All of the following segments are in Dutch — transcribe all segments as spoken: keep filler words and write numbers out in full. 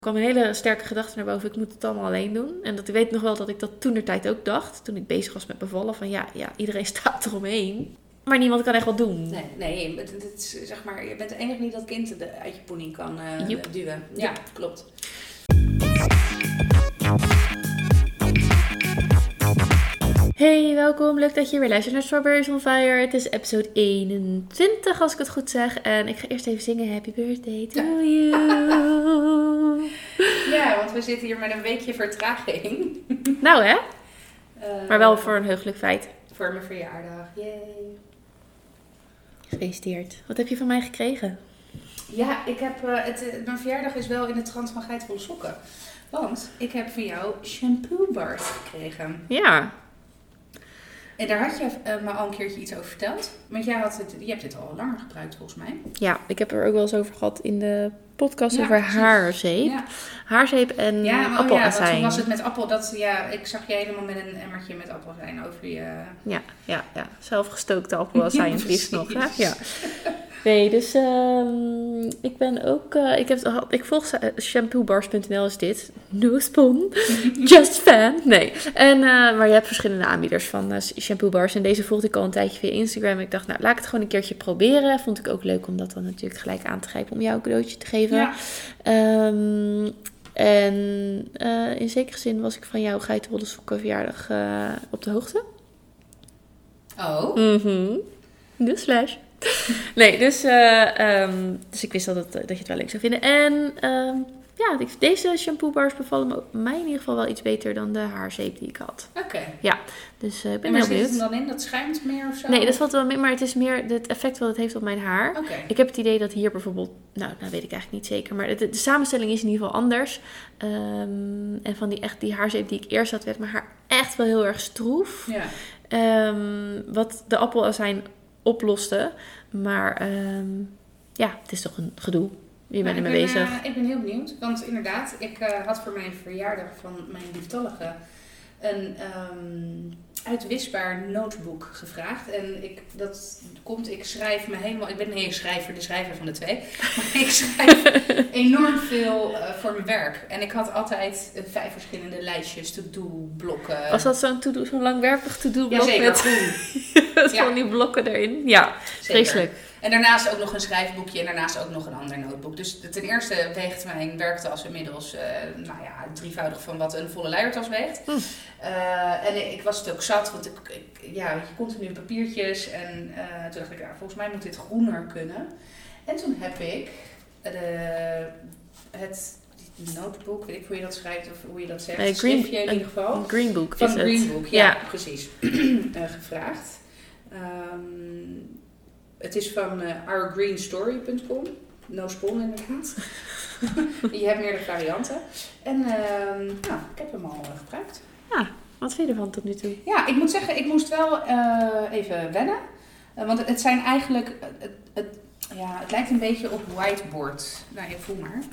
Er kwam een hele sterke gedachte naar boven, ik moet het allemaal alleen doen. En dat, ik weet nog wel dat ik dat toentertijd ook dacht, toen ik bezig was met bevallen, van ja, ja iedereen staat eromheen. Maar niemand kan echt wat doen. Nee, nee het, het is, zeg maar, je bent de enige die dat kind de, uit je pony kan uh, Joep. duwen. Ja, Joep. klopt. Hey, welkom. Leuk dat je weer luistert naar Strawberries on Fire. Het is episode eenentwintig, als ik het goed zeg. En ik ga eerst even zingen Happy Birthday to you. Ja, want we zitten hier met een weekje vertraging. Nou hè, Uh, maar wel voor een heugelijk feit. Voor mijn verjaardag. Yay. Gefeliciteerd. Wat heb je van mij gekregen? Ja, ik heb, uh, het, uh, mijn verjaardag is wel in de trant van geitvolle sokken. Want ik heb van jou shampoo bars gekregen. Ja. En daar had je uh, me al een keertje iets over verteld. Want jij had het, je hebt dit al langer gebruikt volgens mij. Ja, ik heb er ook wel eens over gehad in de podcast Ja, over precies. haarzeep. Ja, Haarzeep en ja, maar, oh ja, want appelazijn. toen was het met appel. Dat, ja, ik zag je helemaal met een emmertje met appelazijn over je... Ja, ja, ja. Zelfgestookte appelazijn, Ja, liefst nog. Hè? precies. Ja. Nee, dus um, ik ben ook... Uh, ik, heb, ik volg uh, shampoo bars punt n l is dit. No spon. Just fan. Nee. En, uh, maar je hebt verschillende aanbieders van uh, shampoo bars. En deze volgde ik al een tijdje via Instagram. Ik dacht, nou, laat ik het gewoon een keertje proberen. Vond ik ook leuk om dat dan natuurlijk gelijk aan te grijpen om jou een cadeautje te geven. Ja. Um, en uh, in zekere zin was ik van jouw geitenwolle sokken verjaardag uh, op de hoogte. Oh. Mhm. Dus slash. Nee, dus, uh, um, dus ik wist dat, het, dat je het wel leuk zou vinden. En um, ja, deze shampoo bars bevallen me, mij in ieder geval wel iets beter dan de haarzeep die ik had. Oké. Okay. Ja, dus uh, ik ben en waar heel zit benieuwd. het dan in? Dat schuimt meer of zo? Nee, dat valt wel mee, maar het is meer het effect wat het heeft op mijn haar. Oké. Okay. Ik heb het idee dat hier bijvoorbeeld, nou, dat weet ik eigenlijk niet zeker, maar de, de samenstelling is in ieder geval anders. Um, en van die, echt, die haarzeep die ik eerst had, werd mijn haar echt wel heel erg stroef. Ja. Um, wat de appelazijn oploste. Maar um, ja, het is toch een gedoe. Je bent nou, ermee bezig. Uh, ik ben heel benieuwd. Want inderdaad, ik uh, had voor mijn verjaardag van mijn lieftallige een um, uitwisbaar notebook gevraagd. En ik, dat komt, ik schrijf me helemaal... Ik ben een schrijver, de schrijver van de twee. Maar ik schrijf enorm veel uh, voor mijn werk. En ik had altijd uh, vijf verschillende lijstjes, to-do-blokken. Was dat zo'n, to-do, zo'n langwerpig to-do-blok? Ja, zeker. Met groen. ja. Van die blokken erin. Ja, vreselijk. En daarnaast ook nog een schrijfboekje en daarnaast ook nog een ander notebook. Dus ten eerste weegt mijn werktas inmiddels uh, nou ja, drievoudig van wat een volle luiertas weegt. Hm. Uh, en ik was het ook zat, want ik, ik, ja, je continu papiertjes. En uh, toen dacht ik, ja, volgens mij moet dit groener kunnen. En toen heb ik uh, het notebook, weet ik hoe je dat schrijft of hoe je dat zegt. Uh, green, schriftje in ieder geval. Een green book van is het. Green Book, ja, ja. precies. uh, gevraagd. Um, Het is van uh, our green story punt com. No spon inderdaad. Je hebt meerdere varianten. En uh, nou, ik heb hem al uh, gebruikt. Ja, wat vind je ervan tot nu toe? Ja, ik moet zeggen, ik moest wel uh, even wennen. Uh, want het zijn eigenlijk... Uh, het, het, ja, het lijkt een beetje op whiteboard. Nou, je voel maar.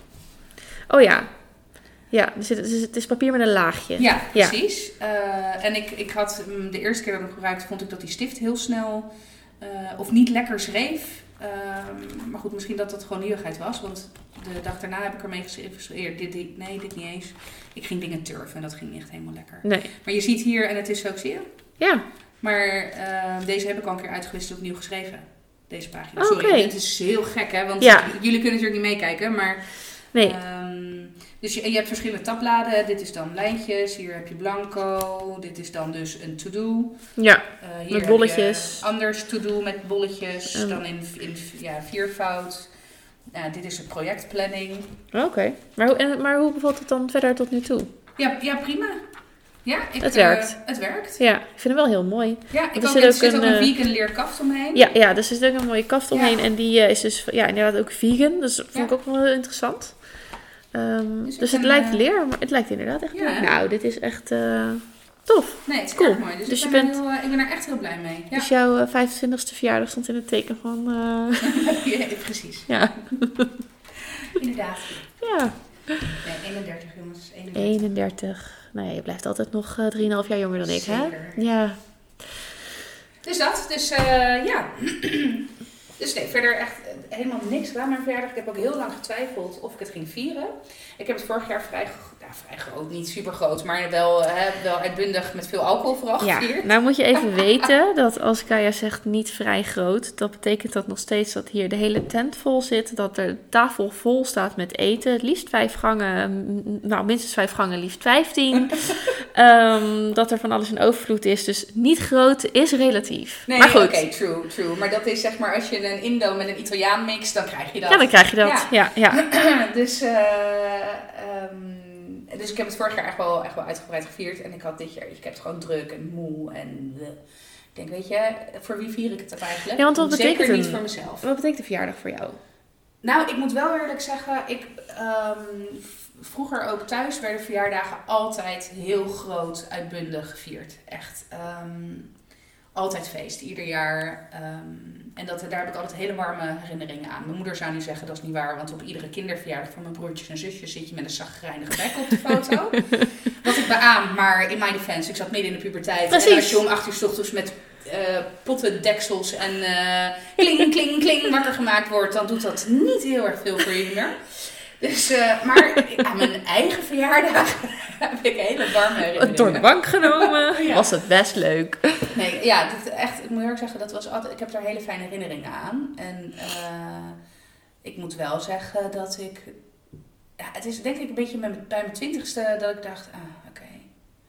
Oh ja. Ja, dus het, is, het is papier met een laagje. Ja, precies. Ja. Uh, en ik, ik had um, de eerste keer dat ik hem gebruikte, vond ik dat die stift heel snel... Uh, of niet lekker schreef. Uh, maar goed, misschien dat dat gewoon nieuwigheid was. Want de dag daarna heb ik ermee geschreven. Dit, dit, nee, dit niet eens. Ik ging dingen turven en dat ging echt helemaal lekker. Nee. Maar je ziet hier, en het is zo, zie je? Ja. Maar uh, deze heb ik al een keer uitgewisseld opnieuw geschreven. Deze pagina. Oh, Sorry, okay. Het is heel gek hè. Want ja. jullie kunnen natuurlijk niet meekijken. Maar... Nee. Um, dus je, je hebt verschillende tabbladen. Dit is dan lijntjes. Hier heb je blanco. Dit is dan dus een to-do. Ja, uh, hier met bolletjes. Heb je anders to-do met bolletjes. Um. Dan in, in ja, viervoud. Uh, dit is de projectplanning. Oké. Okay. Maar, maar hoe bevalt het dan verder tot nu toe? Ja, ja prima. Ja, ik, het werkt. Uh, het werkt. Ja, ik vind hem wel heel mooi. Ja, ik er ook, zit er ook zit een, ook een vegan leerkaft omheen. Ja, ja, dus er zit ook een mooie kaft omheen. Ja. En die uh, is dus ja, inderdaad ook vegan. Dus dat vond ja. ik ook wel heel interessant. Um, dus dus het een, lijkt leer, maar het lijkt inderdaad echt ja. leer. Nou, dit is echt uh, tof. Nee, het is cool. echt mooi. Dus, dus ik, je ben bent, heel, uh, ik ben er echt heel blij mee. Ja. Dus jouw uh, vijfentwintigste verjaardag stond in het teken van... Uh... ja, precies. Ja. Inderdaad. Ja. Nee, eenendertig jongens. eenendertig. eenendertig. Nou ja, je blijft altijd nog uh, drieënhalf jaar jonger dan ik, Zeker. hè? Ja. Dus dat. Dus uh, ja. Dus nee, verder echt helemaal niks gedaan met mijn verjaardag. Ik heb ook heel lang getwijfeld of ik het ging vieren. Ik heb het vorig jaar vrij, ja, vrij groot, niet super groot, maar wel, hè, wel uitbundig met veel alcohol vooral gevierd. Ja, nou moet je even weten dat als Kaya zegt niet vrij groot, dat betekent dat nog steeds dat hier de hele tent vol zit, dat de tafel vol staat met eten. Het liefst vijf gangen, nou minstens vijf gangen, liefst vijftien. um, dat er van alles in overvloed is, dus niet groot is relatief. Nee, maar goed. Oké, okay, true, true. Maar dat is zeg maar, als je een Indo met een Italiaan mixt, dan krijg je dat. Ja, dan krijg je dat. Ja, ja. ja. dus, uh, um, dus ik heb het vorig jaar echt wel, echt wel uitgebreid gevierd. En ik had dit jaar, ik heb het gewoon druk en moe. En uh, ik denk, weet je, voor wie vier ik het eigenlijk? Ja, want wat Zeker betekent niet een, voor mezelf. Wat betekent de verjaardag voor jou? Nou, ik moet wel eerlijk zeggen, ik, um, vroeger ook thuis werden verjaardagen altijd heel groot, uitbundig gevierd. Echt. Um, Altijd feest, ieder jaar. Um, en dat, daar heb ik altijd hele warme herinneringen aan. Mijn moeder zou nu zeggen, dat is niet waar. Want op iedere kinderverjaardag van mijn broertjes en zusjes zit je met een zagrijnige bek op de foto. Wat ik beaam, maar in mijn defense, ik zat midden in de puberteit. Precies. En als je om acht uur 's ochtends met uh, potten, deksels en uh, kling, kling, kling wakker gemaakt wordt, dan doet dat niet heel erg veel voor je humeur. Dus, uh, maar aan mijn eigen verjaardag heb ik hele warme herinneringen. Door de bank genomen, ja. Was het best leuk. Nee, ja, dit, echt, ik moet heel erg zeggen, dat was altijd, ik heb daar hele fijne herinneringen aan. En uh, ik moet wel zeggen dat ik, ja, het is denk ik een beetje met, bij mijn twintigste dat ik dacht, ah, oké. Okay.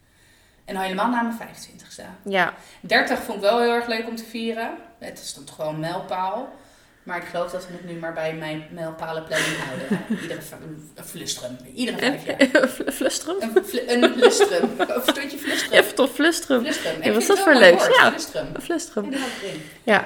En al helemaal na mijn vijfentwintigste. Ja. dertig vond ik wel heel erg leuk om te vieren. Het is dan toch gewoon een mijlpaal. Maar ik geloof dat we het nu maar bij mijn mijlpalenplanning houden. Iedere een flustrum. Iedere vijf jaar. Een flustrum? Een, fl- een flustrum. Of stond je flustrum? Even tot flustrum. Flustrum. Ja, wat is dat voor leuk? Ja, flustrum. Een flustrum. Ja, erin. Ja.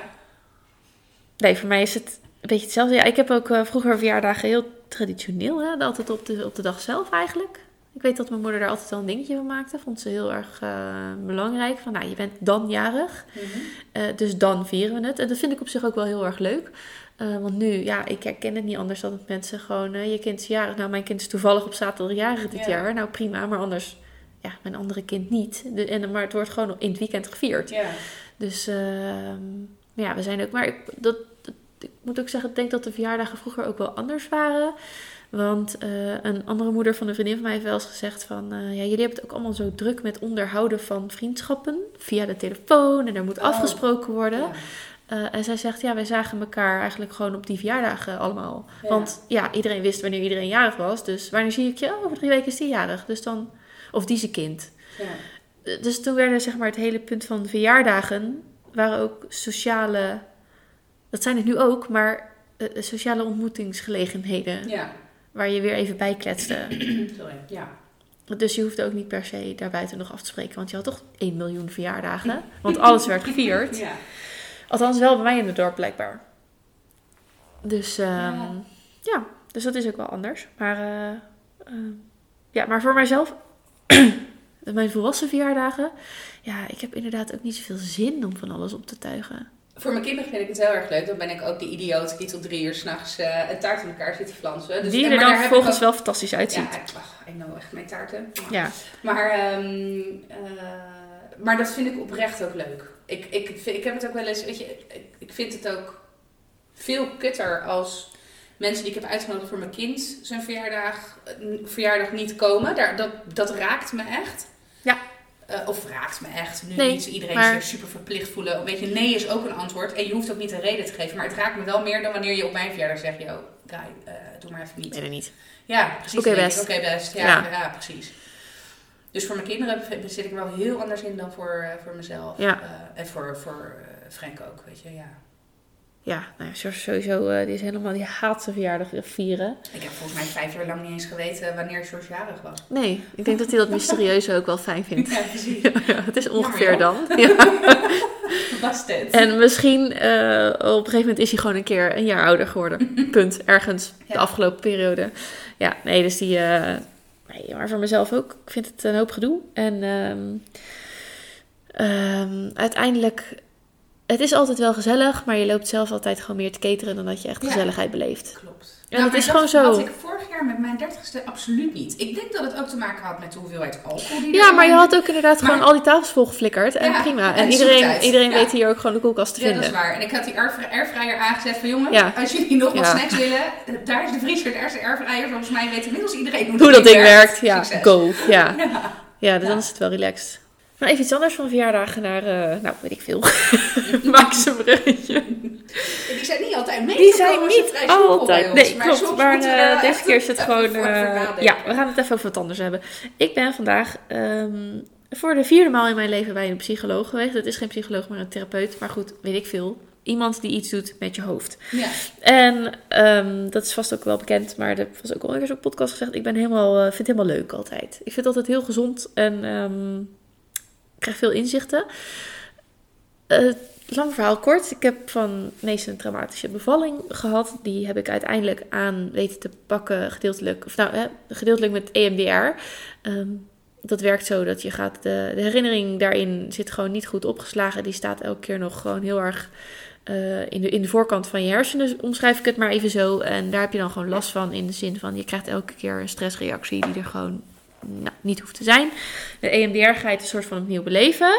Nee, voor mij is het een beetje hetzelfde. Ja, ik heb ook uh, vroeger verjaardagen heel traditioneel. Hè? Altijd op de, op de dag zelf eigenlijk. Ik weet dat mijn moeder daar altijd wel een dingetje van maakte. Vond ze heel erg uh, belangrijk. Van, nou, je bent dan jarig. Mm-hmm. Uh, dus dan vieren we het. En dat vind ik op zich ook wel heel erg leuk. Uh, want nu, ja, ik herken het niet anders dan dat mensen gewoon... Uh, je kind is jarig. Nou, mijn kind is toevallig op zaterdag jarig dit ja. jaar. Nou, prima. Maar anders, ja, mijn andere kind niet. De, en, maar het wordt gewoon in het weekend gevierd. Ja. Dus, uh, ja, we zijn ook... Maar ik, dat, dat, ik moet ook zeggen, ik denk dat de verjaardagen vroeger ook wel anders waren... Want uh, een andere moeder van een vriendin van mij heeft wel eens gezegd van... Uh, ja, jullie hebben het ook allemaal zo druk met onderhouden van vriendschappen. Via de telefoon en er moet oh. afgesproken worden. Ja. Uh, en zij zegt, ja, wij zagen elkaar eigenlijk gewoon op die verjaardagen allemaal. Ja. Want ja, iedereen wist wanneer iedereen jarig was. Dus wanneer zie ik je? Oh, over drie weken is die jarig. Dus dan, of die zijn kind. Ja. Dus toen werden zeg maar het hele punt van verjaardagen... waren ook sociale... Dat zijn het nu ook, maar uh, sociale ontmoetingsgelegenheden. Ja. Waar je weer even bij kletste. Sorry, ja. Dus je hoeft ook niet per se daarbuiten nog af te spreken. Want je had toch één miljoen verjaardagen. Want alles werd gevierd. Ja. Althans wel bij mij in het dorp blijkbaar. Dus um, ja. ja, dus dat is ook wel anders. Maar, uh, uh, ja, maar voor mijzelf, mijn volwassen verjaardagen... Ja, ik heb inderdaad ook niet zoveel zin om van alles op te tuigen. Voor mijn kinderen vind ik het heel erg leuk. Dan ben ik ook die idioot die tot drie uur s'nachts uh, een taart in elkaar zit te flansen. Dus, die er dan vervolgens ook... wel fantastisch uitziet. Ja, ach, ik nou echt mijn taarten. Ja. Maar, um, uh, maar dat vind ik oprecht ook leuk. Ik, ik, ik heb het ook wel eens, weet je, ik, ik vind het ook veel kutter als mensen die ik heb uitgenodigd voor mijn kind zijn verjaardag, verjaardag niet komen. Daar, dat, dat raakt me echt. Ja. Uh, of raakt me echt. Nu nee, niet iedereen maar... zich super verplicht voelen. Weet je, nee is ook een antwoord. En je hoeft ook niet een reden te geven. Maar het raakt me wel meer dan wanneer je op mijn verjaardag zegt... Yo, guy, uh, doe maar even niet. Nee, dat niet. Ja, precies. Oké, okay, best. Oké, okay, best. Ja, ja. ja, precies. Dus voor mijn kinderen zit ik er wel heel anders in dan voor, uh, voor mezelf. Ja. Uh, en voor, voor uh, Frank ook, weet je, ja. Ja, nou ja, sowieso, uh, die is helemaal, die haat zijn verjaardag vieren. Ik heb volgens mij vijf jaar lang niet eens geweten wanneer George jarig was. Nee, ik denk dat hij dat mysterieuze ook wel fijn vindt. Ja, precies. Ja, ja, het is ongeveer Jammer, dan. Ja. Was dit? En misschien, uh, op een gegeven moment is hij gewoon een keer een jaar ouder geworden. Punt. Ergens ja. De afgelopen periode. Ja, nee, dus die... Uh, nee, maar voor mezelf ook. Ik vind het een hoop gedoe. En um, um, uiteindelijk... het is altijd wel gezellig, maar je loopt zelf altijd gewoon meer te cateren dan dat je echt ja. gezelligheid beleeft. Klopt. En nou, dat is dat gewoon zo. had ik vorig jaar met mijn dertigste absoluut niet. Ik denk dat het ook te maken had met de hoeveelheid alcohol die Ja, er maar je in- had ook inderdaad Maar- gewoon al die tafels volgeflikkerd. En Ja, prima. En, en iedereen, zoetheid. iedereen Ja. weet hier ook gewoon de koelkast te Ja, vinden. dat is waar. En ik had die airfry- airfryer aangezet van jongens, Ja. als jullie nog wat Ja. snacks willen, daar is de vriezer, daar is de airfryer. Volgens mij weet inmiddels iedereen hoe, Hoe dat ding werkt. Ja, Succes. go. Ja, Ja. ja dus dan Ja. is het wel relaxed. Maar even iets anders van verjaardagen naar, uh, nou weet ik veel. Maak ze een bruggetje. Die zijn niet altijd Die meegekomen. zijn ze niet vrij soepel bij altijd. ons, Nee, maar klopt. soms Maar moeten we uh, er deze echt keer is het even gewoon... voor- Uh, voor nadenken. ja, we gaan het even over wat anders hebben. Ik ben vandaag um, voor de vierde maal in mijn leven bij een psycholoog geweest. Het is geen psycholoog, maar een therapeut. Maar goed, weet ik veel. Iemand die iets doet met je hoofd. Ja. En um, dat is vast ook wel bekend, maar dat was ook al eens op podcast gezegd. Ik ben helemaal, uh, vind het helemaal leuk altijd. Ik vind het altijd heel gezond en um, ik krijg veel inzichten. Uh, lang verhaal kort. Ik heb van meestal een traumatische bevalling gehad. Die heb ik uiteindelijk aan weten te pakken, gedeeltelijk, of nou, eh, gedeeltelijk met E M D R. Um, dat werkt zo dat je gaat, de, de herinnering daarin zit gewoon niet goed opgeslagen. Die staat elke keer nog gewoon heel erg uh, in, de, in de voorkant van je hersenen, omschrijf ik het maar even zo. En daar heb je dan gewoon last van in de zin van, je krijgt elke keer een stressreactie die er gewoon nou, niet hoeft te zijn. De E M D R ga je het een soort van opnieuw beleven.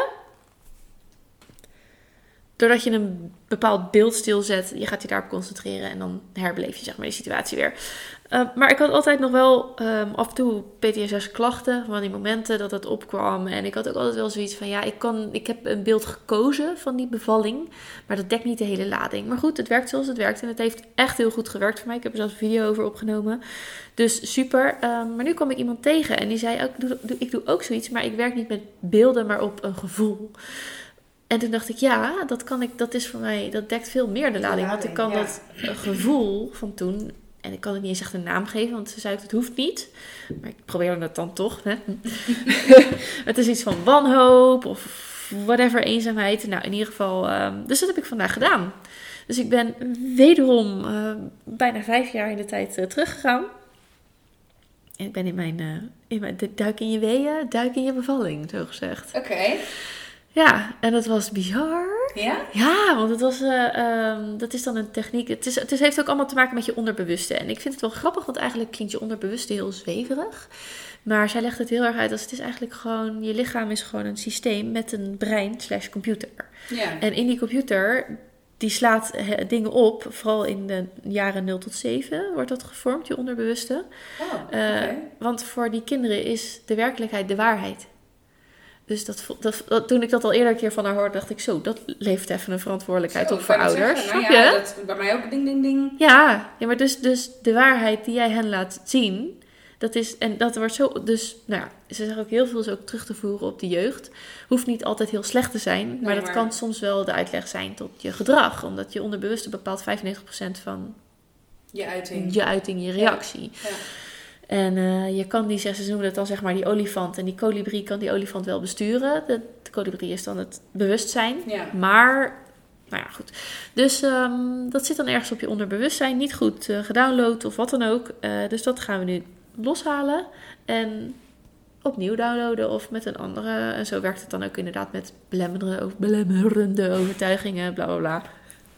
Doordat je een bepaald beeld stilzet, je gaat je daarop concentreren en dan herbeleef je zeg maar de situatie weer. Uh, maar ik had altijd nog wel um, af en toe P T S S-klachten van die momenten dat het opkwam. En ik had ook altijd wel zoiets van, ja, ik, kan, ik heb een beeld gekozen van die bevalling, maar dat dekt niet de hele lading. Maar goed, het werkt zoals het werkt en het heeft echt heel goed gewerkt voor mij. Ik heb er zelfs een video over opgenomen. Dus super. Um, maar nu kwam ik iemand tegen en die zei, ook, doe, doe, ik doe ook zoiets, maar ik werk niet met beelden, maar op een gevoel. En toen dacht ik, ja, dat kan ik, dat is voor mij, dat dekt veel meer de lading. Want ik kan ja. dat gevoel van toen, en ik kan het niet eens echt een naam geven, want ze zei ook, het hoeft niet. Maar ik probeer het dan toch. Hè? Het is iets van wanhoop of whatever, eenzaamheid. Nou, in ieder geval, um, dus dat heb ik vandaag gedaan. Dus ik ben wederom uh, bijna vijf jaar in de tijd uh, teruggegaan. En ik ben in mijn, uh, in mijn de duik in je weeën, duik in je bevalling, zo gezegd. Oké. Okay. Ja, en dat was bizar. Ja? Ja, want het was, uh, um, dat is dan een techniek. Het, is, het is, heeft ook allemaal te maken met je onderbewuste. En ik vind het wel grappig, want eigenlijk klinkt je onderbewuste heel zweverig. Maar zij legt het heel erg uit als het is eigenlijk gewoon, je lichaam is gewoon een systeem met een brein slash computer. Ja. En in die computer, die slaat he, dingen op, vooral in de jaren nul tot zeven wordt dat gevormd, je onderbewuste. Oh, okay. uh, want voor die kinderen is de werkelijkheid de waarheid. Dus dat, dat, dat, toen ik dat al eerder een keer van haar hoorde, dacht ik zo, dat levert even een verantwoordelijkheid zo, op voor ouders. Snap nou, je? Ja, dat bij mij ook ding, ding, ding. Ja, ja maar dus, dus de waarheid die jij hen laat zien, dat is, en dat wordt zo, dus, nou ja, ze zeggen ook heel veel is ook terug te voeren op de jeugd. Hoeft niet altijd heel slecht te zijn, maar nee, dat maar... kan soms wel de uitleg zijn tot je gedrag. Omdat je onderbewuste bepaalt vijfennegentig procent van je uiting, je, uiting, je reactie. Ja. Ja. En uh, je kan die, ze noemen dat dan zeg maar die olifant. En die kolibrie kan die olifant wel besturen. De, de kolibrie is dan het bewustzijn. Ja. Maar, nou ja, goed. Dus um, dat zit dan ergens op je onderbewustzijn. Niet goed uh, gedownload of wat dan ook. Uh, dus dat gaan we nu loshalen. En opnieuw downloaden of met een andere. En zo werkt het dan ook inderdaad met belemmerende, belemmerende overtuigingen. Bla, bla, bla.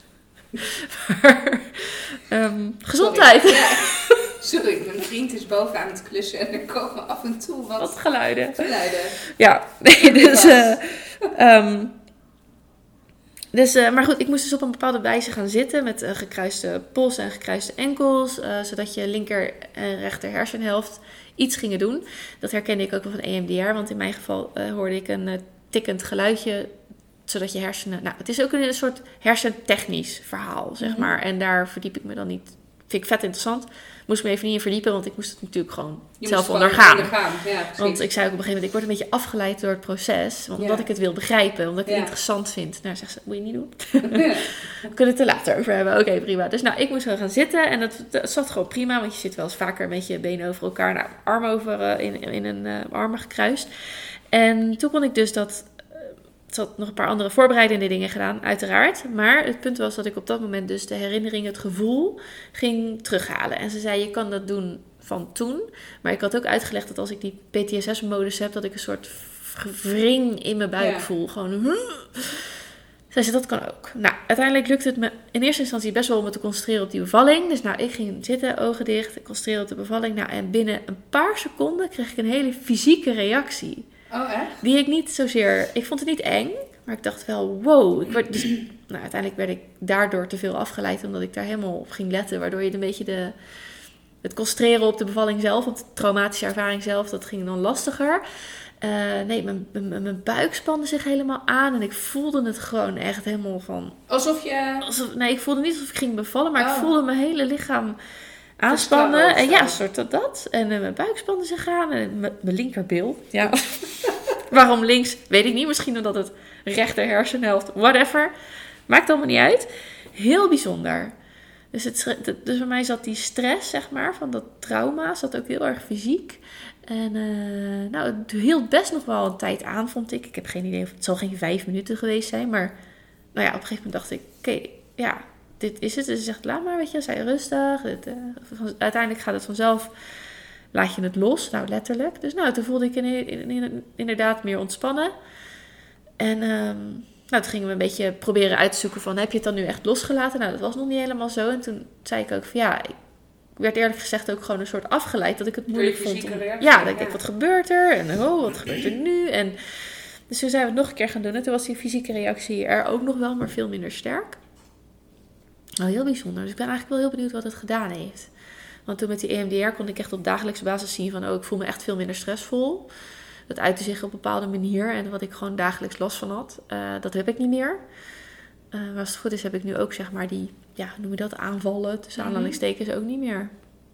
maar, um, gezondheid. Sorry. Ja. Sorry, mijn vriend is boven aan het klussen en er komen af en toe wat, wat geluiden. geluiden. Ja, nee, dus... Uh, um, dus uh, maar goed, ik moest dus op een bepaalde wijze gaan zitten met uh, gekruiste polsen en gekruiste enkels, uh, zodat je linker en rechter hersenhelft iets gingen doen. Dat herkende ik ook wel van E M D R, want in mijn geval uh, hoorde ik een uh, tikkend geluidje, zodat je hersenen... Nou, het is ook een soort hersentechnisch verhaal, zeg mm-hmm. maar. En daar verdiep ik me dan niet... Vind ik vet interessant. Moest me even niet in verdiepen, want ik moest het natuurlijk gewoon je zelf gewoon ondergaan. ondergaan. Ja, want ik zei ook op een gegeven moment, ik word een beetje afgeleid door het proces. Omdat ja. ik het wil begrijpen, omdat ik ja. het interessant vind. Nou, zegt ze, moet je niet doen. Ja. We kunnen het er later over hebben. Oké, okay, prima. Dus nou, ik moest gewoon gaan zitten en dat, dat zat gewoon prima. Want je zit wel eens vaker met je benen over elkaar. Nou, armen over, uh, in, in een uh, armen gekruist. En toen kon ik dus dat... Ze had nog een paar andere voorbereidende dingen gedaan, uiteraard. Maar het punt was dat ik op dat moment dus de herinnering, het gevoel, ging terughalen. En ze zei, je kan dat doen van toen. Maar ik had ook uitgelegd dat als ik die P T S S-modus heb, dat ik een soort wring in mijn buik ja. voel. Gewoon... Zij zei, dat kan ook. Nou, uiteindelijk lukte het me in eerste instantie best wel om me te concentreren op die bevalling. Dus nou, ik ging zitten, ogen dicht, concentreren op de bevalling. Nou, en binnen een paar seconden kreeg ik een hele fysieke reactie. Oh, echt? Die ik niet zozeer... Ik vond het niet eng, maar ik dacht wel, wow. Ik werd, dus, nou, uiteindelijk werd ik daardoor te veel afgeleid, omdat ik daar helemaal op ging letten. Waardoor je een beetje de... Het concentreren op de bevalling zelf, op de traumatische ervaring zelf, dat ging dan lastiger. Uh, nee, mijn, mijn, mijn buik spande zich helemaal aan en ik voelde het gewoon echt helemaal van... Alsof je... Alsof, nee, ik voelde niet alsof ik ging bevallen, maar oh. ik voelde mijn hele lichaam aanspannen. En ja, soort dat dat. En uh, mijn buik spande zich aan en mijn, mijn linkerbil. Ja. Waarom links, weet ik niet. Misschien omdat het rechter hersenhelft, whatever. Maakt allemaal niet uit. Heel bijzonder. Dus, het, dus bij mij zat die stress, zeg maar, van dat trauma, zat ook heel erg fysiek. En uh, nou, het hield best nog wel een tijd aan, vond ik. Ik heb geen idee of het zal geen vijf minuten geweest zijn. Maar nou ja, op een gegeven moment dacht ik, oké, okay, ja, dit is het. Dus ze zegt, laat maar, weet je, zij rustig. Dit, uh, uiteindelijk gaat het vanzelf, laat je het los. Nou, letterlijk. Dus nou, toen voelde ik in, in, in, inderdaad meer ontspannen. En... Um, Nou, toen gingen we een beetje proberen uit te zoeken van, heb je het dan nu echt losgelaten? Nou, dat was nog niet helemaal zo. En toen zei ik ook van, ja, ik werd eerlijk gezegd ook gewoon een soort afgeleid. Dat ik het moeilijk vond. Om, ja, dat ik dacht, wat gebeurt er? En oh, wat gebeurt er nu? En dus toen zijn we het nog een keer gaan doen. En toen was die fysieke reactie er ook nog wel, maar veel minder sterk. Nou, heel bijzonder. Dus ik ben eigenlijk wel heel benieuwd wat het gedaan heeft. Want toen met die E M D R kon ik echt op dagelijkse basis zien van, oh, ik voel me echt veel minder stressvol. Dat uitte zich op een bepaalde manier. En wat ik gewoon dagelijks last van had. Uh, dat heb ik niet meer. Uh, maar als het goed is heb ik nu ook zeg maar die... Ja, noem je dat? Aanvallen. Tussen mm-hmm. aanhalingstekens ook niet meer.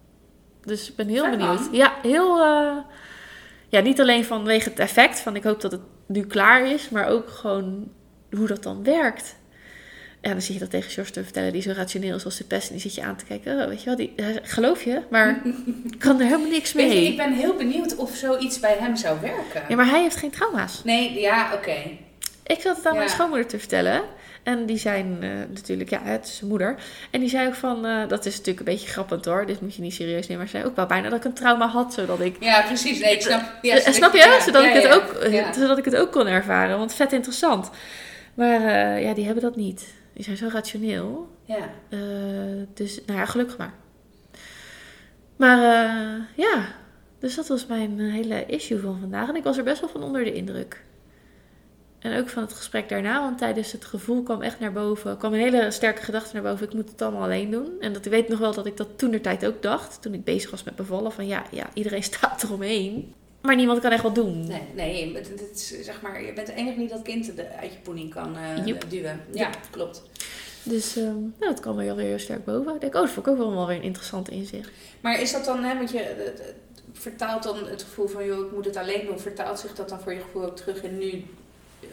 Dus ik ben heel Fijn benieuwd. Man. Ja, heel... Uh, ja, niet alleen vanwege het effect. Van ik hoop dat het nu klaar is. Maar ook gewoon hoe dat dan werkt. Ja, dan zit je dat tegen George te vertellen. Die zo rationeel is als de pest. En die zit je aan te kijken. Oh, weet je wel, die, geloof je? Maar ik kan er helemaal niks mee. Weet je, ik ben heel benieuwd of zoiets bij hem zou werken. Ja, maar hij heeft geen trauma's. Nee, ja, oké. Okay. Ik zat het aan ja. mijn schoonmoeder te vertellen. En die zijn uh, natuurlijk, ja, het is zijn moeder. En die zei ook van, uh, dat is natuurlijk een beetje grappend hoor. Dit moet je niet serieus nemen. Maar zei ook wel bijna dat ik een trauma had, zodat ik... Ja, precies. Nee, ik snap... Ja, uh, snap je? Ja, zodat, ja, ik het ja, ook, ja. zodat ik het ook kon ervaren. Want vet interessant. Maar uh, ja, die hebben dat niet. Die zijn zo rationeel. Ja. Uh, dus, nou ja, gelukkig maar. Maar uh, ja, dus dat was mijn hele issue van vandaag. En ik was er best wel van onder de indruk. En ook van het gesprek daarna, want tijdens het gevoel kwam echt naar boven, kwam een hele sterke gedachte naar boven, ik moet het allemaal alleen doen. En dat, ik weet nog wel dat ik dat toentertijd ook dacht, toen ik bezig was met bevallen, van ja, ja iedereen staat eromheen. Maar niemand kan echt wat doen. Nee, nee het, het is, zeg maar, je bent de enige die dat kind uit je poenie kan uh, yep. duwen. Ja, yep. Klopt. Dus um, nou, het kwam er alweer heel sterk boven. Ik denk, oh, dat vond ik ook wel weer een interessant inzicht. Maar is dat dan, hè, want je het, het vertaalt dan het gevoel van, joh, ik moet het alleen doen, vertaalt zich dat dan voor je gevoel ook terug in nu uh,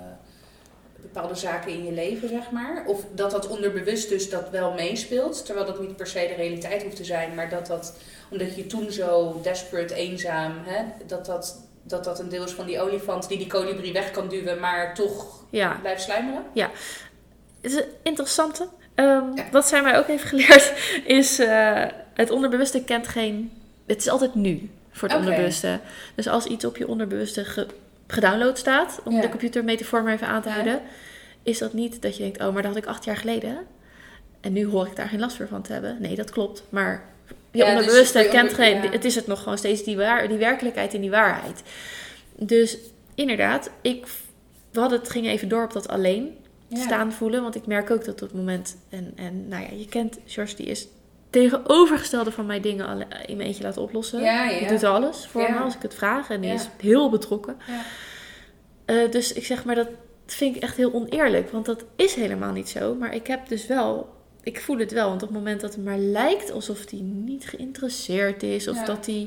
bepaalde zaken in je leven, zeg maar? Of dat dat onderbewust dus dat wel meespeelt, terwijl dat niet per se de realiteit hoeft te zijn, maar dat dat, omdat je toen zo desperate, eenzaam, hè, dat dat... dat dat een deel is van die olifant die die kolibrie weg kan duwen, maar toch ja. blijft sluimeren? Ja, het is een interessante. Um, ja. Wat zij mij ook heeft geleerd is, uh, het onderbewuste kent geen... Het is altijd nu voor het okay. onderbewuste. Dus als iets op je onderbewuste ge, gedownload staat, om ja. de computermetafoor maar even aan te ja. houden, is dat niet dat je denkt, oh, maar dat had ik acht jaar geleden. En nu hoor ik daar geen last meer van te hebben. Nee, dat klopt. Maar je ja, onderbewuste dus kent onder, geen... Ja. Het is het nog gewoon steeds die, waar, die werkelijkheid en die waarheid. Dus inderdaad, ik, we hadden het ging even door op dat alleen ja. staan voelen. Want ik merk ook dat op het moment... En, en nou ja, je kent George, die is tegenovergestelde van mij dingen alle, in mijn eentje laten oplossen. Ja, ja. Die doet alles voor ja. me als ik het vraag. En die ja. is heel betrokken. Ja. Uh, dus ik zeg maar, dat vind ik echt heel oneerlijk. Want dat is helemaal niet zo. Maar ik heb dus wel... Ik voel het wel, want op het moment dat het maar lijkt alsof hij niet geïnteresseerd is, of ja. dat hij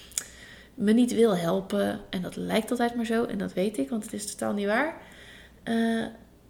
me niet wil helpen, en dat lijkt altijd maar zo, en dat weet ik, want het is totaal niet waar. Uh,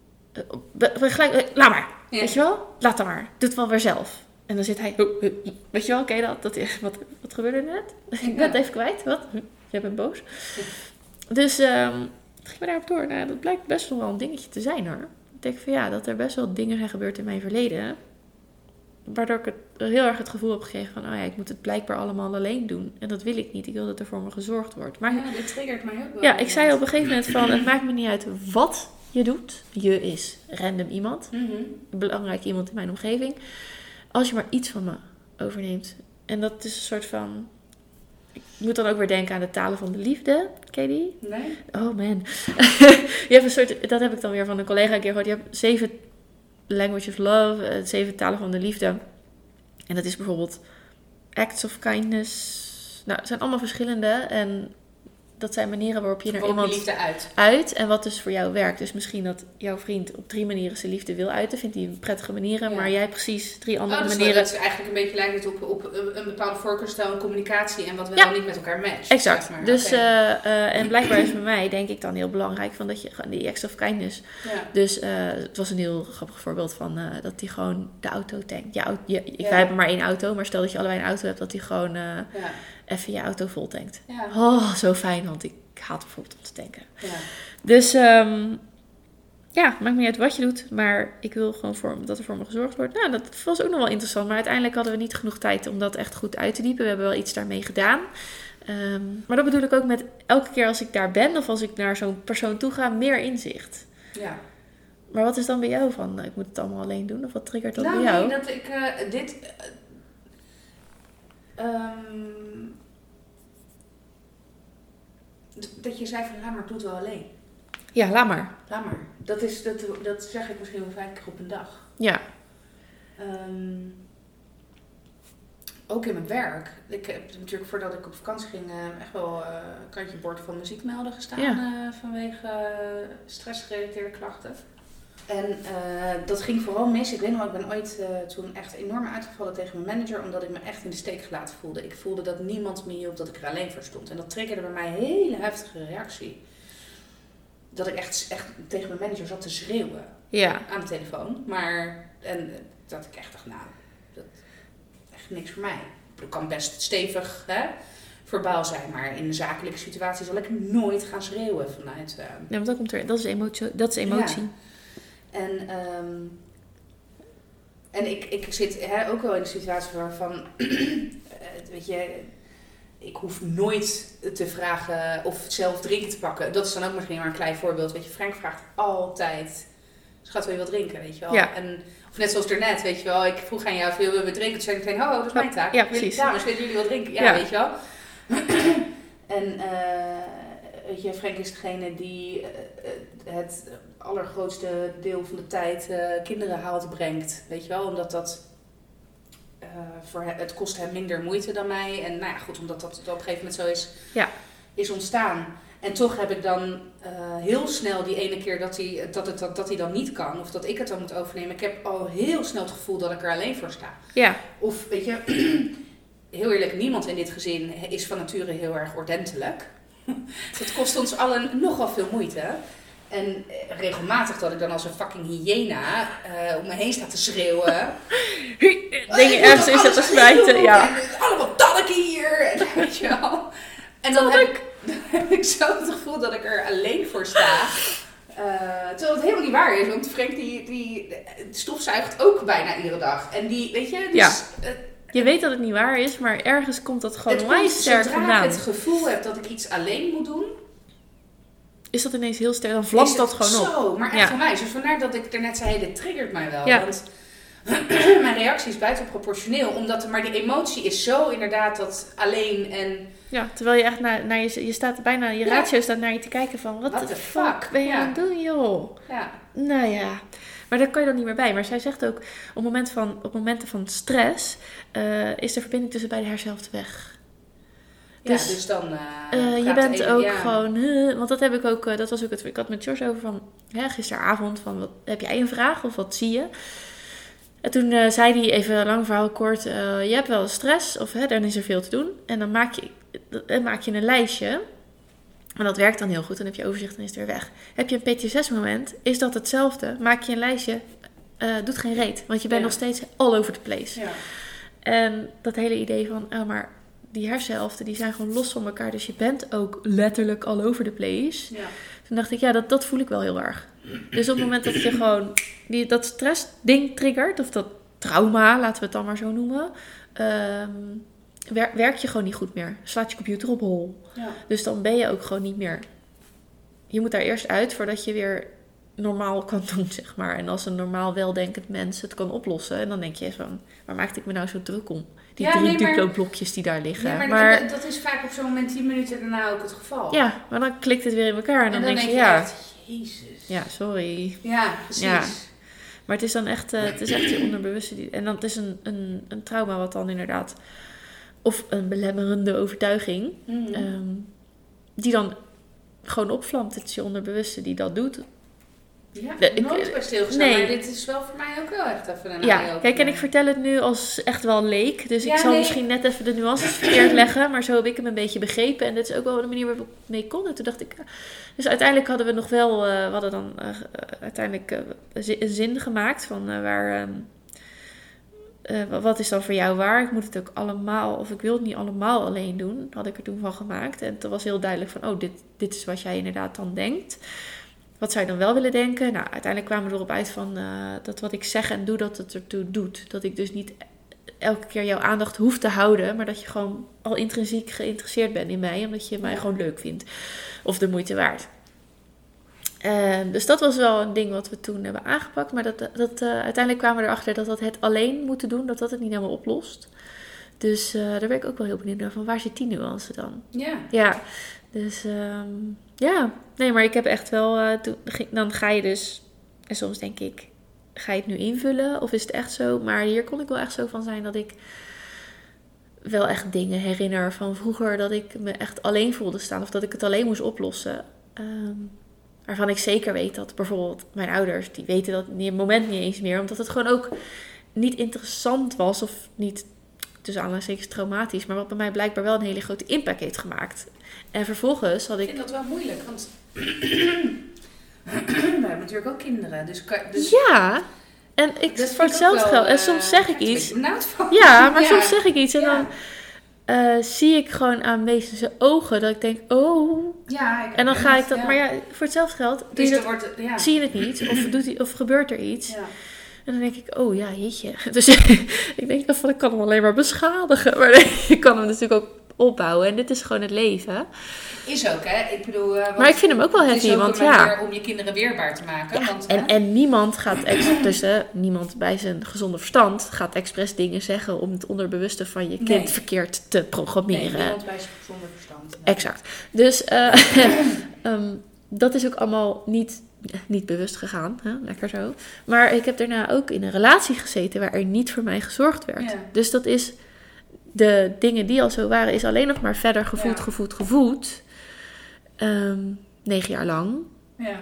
we, we gelijk, laat maar, ja. weet je wel? Laat dan maar, doe het wel weer zelf. En dan zit hij, weet je wel, ken je dat? dat wat, wat gebeurde er net? Ik ben het even kwijt, wat? Jij bent boos. Ja. Dus um, ging we daarop door. Nou, dat blijkt best wel een dingetje te zijn hoor. Ik denk van ja, dat er best wel dingen zijn gebeurd in mijn verleden, waardoor ik het, heel erg het gevoel heb gekregen van, oh ja, ik moet het blijkbaar allemaal alleen doen. En dat wil ik niet. Ik wil dat er voor me gezorgd wordt. Maar ja, dit triggert mij ook wel. Ja, ik zei op een gegeven moment van, het maakt me niet uit wat je doet, je is random iemand, Mm-hmm. belangrijk iemand in mijn omgeving, als je maar iets van me overneemt. En dat is een soort van... Ik moet dan ook weer denken aan de talen van de liefde. Ken je die? Nee? Oh man. Je hebt een soort... Dat heb ik dan weer van een collega een keer gehoord. Je hebt zeven language of love. eh, Zeven talen van de liefde. En dat is bijvoorbeeld acts of kindness. Nou, het zijn allemaal verschillende. En dat zijn manieren waarop je naar Waarop je iemand liefde uit. uit. En wat dus voor jou werkt. Dus misschien dat jouw vriend op drie manieren zijn liefde wil uiten. Vindt hij prettige manieren. Ja. Maar jij precies drie andere Oh, dus manieren. dat is eigenlijk een beetje lijkt het op, op een, een bepaalde voorkeursstijl en communicatie en wat wel Ja. niet met elkaar matcht. Exact. Zeg maar. Dus, Oké. eh, eh, en blijkbaar is bij mij, denk ik dan heel belangrijk, van dat je gewoon die acts of kindness. ja. Dus eh, het was een heel grappig voorbeeld van eh, dat hij gewoon de auto tankt. Ja, je, ik, Ja. wij hebben maar één auto, maar stel dat je allebei een auto hebt, dat hij gewoon eh, Ja. even je auto vol tankt. Ja. Oh, zo fijn, want ik haat bijvoorbeeld om te tanken. Ja. Dus ehm, ja, maakt niet uit wat je doet, maar ik wil gewoon voor, dat er voor me gezorgd wordt. Nou, dat was ook nog wel interessant, maar uiteindelijk hadden we niet genoeg tijd om dat echt goed uit te diepen. We hebben wel iets daarmee gedaan. Ehm, maar dat bedoel ik ook met elke keer als ik daar ben of als ik naar zo'n persoon toe ga, meer inzicht. Ja. Maar wat is dan bij jou van, ik moet het allemaal alleen doen? Of wat triggert dat Nou, bij jou? nee, dat ik eh, dit... eh, ehm, d- dat je zei van, laat maar, doe het wel alleen. Ja, laat maar. Laat maar. Dat, is, dat, dat zeg ik misschien wel vijf keer op een dag. Ja. Ehm, ook in mijn werk. Ik heb natuurlijk voordat ik op vakantie ging eh, echt wel eh, een kantje bord van muziek melden gestaan Ja. eh, vanwege uh, stressgerelateerde klachten. En uh, dat ging vooral mis. Ik weet nog wel, ik ben ooit uh, toen echt enorm uitgevallen tegen mijn manager, omdat ik me echt in de steek gelaten voelde. Ik voelde dat niemand me hielp, dat ik er alleen voor stond. En dat triggerde bij mij een hele heftige reactie. Dat ik echt, echt tegen mijn manager zat te schreeuwen Ja. aan de telefoon. Maar en, dat ik echt dacht, nou, dat is echt niks voor mij. Dat kan best stevig, hè, verbaal zijn, maar in een zakelijke situatie zal ik nooit gaan schreeuwen vanuit... Uh, Ja, want dat komt er, dat is emotie. Dat is emotie. Ja. En, um, en ik, ik zit hè, ook wel in een situatie waarvan, weet je, ik hoef nooit te vragen of zelf drinken te pakken. Dat is dan ook misschien maar een klein voorbeeld. Weet je, Frank vraagt altijd, schat, wil je wat drinken, weet je wel? Ja. En, of net zoals daarnet, weet je wel, ik vroeg aan jou, wil je wat drinken? Toen zei ik meteen, oh, dat is mijn taak. Ja, precies. Dames, willen jullie wat drinken? Ja, Ja. weet je wel. En, uh, weet je, Frank is degene die uh, het allergrootste deel van de tijd uh, kinderen haalt, brengt. Weet je wel, omdat dat... Uh, voor hem, het kost hem minder moeite dan mij. En nou ja, goed, omdat dat op een gegeven moment zo is, Ja. is ontstaan. En toch heb ik dan uh, heel snel die ene keer dat hij, dat, het, dat, dat hij dan niet kan. Of dat ik het dan moet overnemen. Ik heb al heel snel het gevoel dat ik er alleen voor sta. Ja. Of weet je, heel eerlijk, niemand in dit gezin is van nature heel erg ordentelijk. Dat kost ons allen nogal veel moeite. En regelmatig dat ik dan als een fucking hyena uh, om me heen sta te schreeuwen. Dingen ergens in zitten smijten. Ja. Allemaal talken hier. En, weet je wel. En dan heb, ik, dan heb ik zo het gevoel dat ik er alleen voor sta. Uh, terwijl het helemaal niet waar is. Want Frank die, die stofzuigt ook bijna iedere dag. En die, weet je, dus, Ja. uh, Je weet dat het niet waar is, maar ergens komt dat gewoon het onwijs komt, sterk zodra vandaan. ik het gevoel heb dat ik iets alleen moet doen, Is dat ineens heel sterk, dan vlamt is dat het gewoon op. Zo, maar echt Ja. van mij. Dus vandaar dat ik er net zei, dit triggert mij wel. Ja. Want mijn reactie is buitenproportioneel. Omdat, maar die emotie is zo inderdaad dat alleen en... Ja, terwijl je echt naar, naar je, je staat bijna, je Ja. ratio staat naar je te kijken van, wat What de the fuck fuck? ben je Ja. aan het doen, joh? Ja, Nou ja, maar daar kan je dan niet meer bij. Maar zij zegt ook, op, moment van, op momenten van stress uh, is de verbinding tussen beide hersenhelften weg. dus, Dus, ja, dus dan uh, Uh, je gaat bent de ene- ook ja. gewoon, uh, want dat heb ik ook, uh, dat was ook het, ik had met George over van, hè, gisteravond, van, wat, heb jij een vraag of wat zie je? En toen uh, zei hij even, lang verhaal kort, uh, je hebt wel stress of hè, dan is er veel te doen. En dan maak je, dan maak je een lijstje. En dat werkt dan heel goed, dan heb je overzicht en is het weer weg. Heb je een P T S S moment, is dat hetzelfde. Maak je een lijstje, uh, doet geen reet, want je bent Ja. nog steeds all over the place. Ja. En dat hele idee van, oh, maar die hersenhelften die zijn gewoon los van elkaar. Dus je bent ook letterlijk all over the place. Ja. Toen dacht ik, ja, dat, dat voel ik wel heel erg. Dus op het moment dat je gewoon die, dat stressding triggert, of dat trauma, laten we het dan maar zo noemen, um, wer, werk je gewoon niet goed meer. Slaat je computer op hol. Ja. Dus dan ben je ook gewoon niet meer. Je moet daar eerst uit voordat je weer normaal kan doen, zeg maar. En als een normaal weldenkend mens het kan oplossen. En dan denk je van, waar maakte ik me nou zo druk om? Die Ja, drie nee, maar- Duplo-blokjes die daar liggen. Ja, maar, maar dat- dat is vaak op zo'n moment tien minuten daarna ook het geval. ja, maar dan klikt het weer in elkaar. En dan, en dan denk denk je, je ja, echt, jezus. ja, sorry. Ja, precies. Ja. Maar het is dan echt, uh, het is echt je onderbewuste. Die, en dan het is een, een, een trauma wat dan inderdaad, of een belemmerende overtuiging, Mhm. um, die dan gewoon opvlamt. Het is je onderbewuste die dat doet. Ja, De- ik- nooit bij stilgestaan, nee. maar dit is wel voor mij ook wel echt even een Ja, eye-opener. kijk, en ik vertel het nu als echt wel leek. Dus Ja, ik zal nee. misschien net even de nuances verkeerd leggen. Maar zo heb ik hem een beetje begrepen. En dit is ook wel de manier waarop ik mee kon. En toen dacht ik... Dus uiteindelijk hadden we nog wel... Uh, we hadden dan uh, uiteindelijk uh, een zin gemaakt van uh, waar... Um, uh, wat is dan voor jou waar? Ik moet het ook allemaal... Of ik wil het niet allemaal alleen doen. Had ik er toen van gemaakt. En toen was heel duidelijk van... Oh, dit, dit is wat jij inderdaad dan denkt. Wat zou je dan wel willen denken? Nou, uiteindelijk kwamen we erop uit van uh, dat wat ik zeg en doe, dat het ertoe doet. Dat ik dus niet elke keer jouw aandacht hoef te houden, maar dat je gewoon al intrinsiek geïnteresseerd bent in mij, omdat je mij Ja. gewoon leuk vindt. Of de moeite waard. Uh, dus dat was wel een ding wat we toen hebben aangepakt. Maar dat, dat, uh, uiteindelijk kwamen we erachter dat dat het alleen moeten doen, dat dat het niet helemaal oplost. Dus uh, daar ben ik ook wel heel benieuwd naar. Van waar zit die nuance dan? Ja. Ja, dus um, ja. Nee, maar ik heb echt wel... Uh, toen, dan ga je dus... En soms denk ik, ga je het nu invullen? Of is het echt zo? Maar hier kon ik wel echt zo van zijn dat ik wel echt dingen herinner van vroeger. Dat ik me echt alleen voelde staan. Of dat ik het alleen moest oplossen. Um, waarvan ik zeker weet dat bijvoorbeeld mijn ouders... Die weten dat in het moment niet eens meer. Omdat het gewoon ook niet interessant was. Of niet... tussen aanhalingstekens traumatisch, maar wat bij mij blijkbaar wel een hele grote impact heeft gemaakt. En vervolgens had Ik ik... vind dat wel moeilijk, want we hebben natuurlijk ook kinderen. Dus, kan- dus Ja, en ik dat voor vind ik ook hetzelfde wel, geld. En eh, soms zeg ik daar ben iets. benauwd van. Ja, maar Ja. soms zeg ik iets en Ja. dan uh, zie ik gewoon aan Mees zijn ogen dat ik denk, oh. Ja, ik En dan ga ik dat, ja. maar ja, voor hetzelfde geld doe Dus je er dat, wordt, ja. zie je het niet of, doet hij, of gebeurt er iets. Ja. En dan denk ik, oh ja, jeetje. Dus ik denk van, ik kan hem alleen maar beschadigen. Maar nee, ik kan hem natuurlijk ook opbouwen. En dit is gewoon het leven. Is ook, hè? Ik bedoel, uh, want Maar ik vind hem ook wel het heavy, is ook want een ja. manier om je kinderen weerbaar te maken. Ja, want, en, hè? en niemand gaat expres, dus, uh, niemand bij zijn gezonde verstand gaat expres dingen zeggen om het onderbewuste van je kind Nee. verkeerd te programmeren. Nee, niemand bij zijn gezonde verstand. Exact. Dus uh, um, dat is ook allemaal niet, niet bewust gegaan. Hè? Lekker zo. Maar ik heb daarna ook in een relatie gezeten waar er niet voor mij gezorgd werd. Ja. Dus dat is de dingen die al zo waren, is alleen nog maar verder gevoed, Ja. gevoed, gevoed. Um, negen jaar lang. Ja.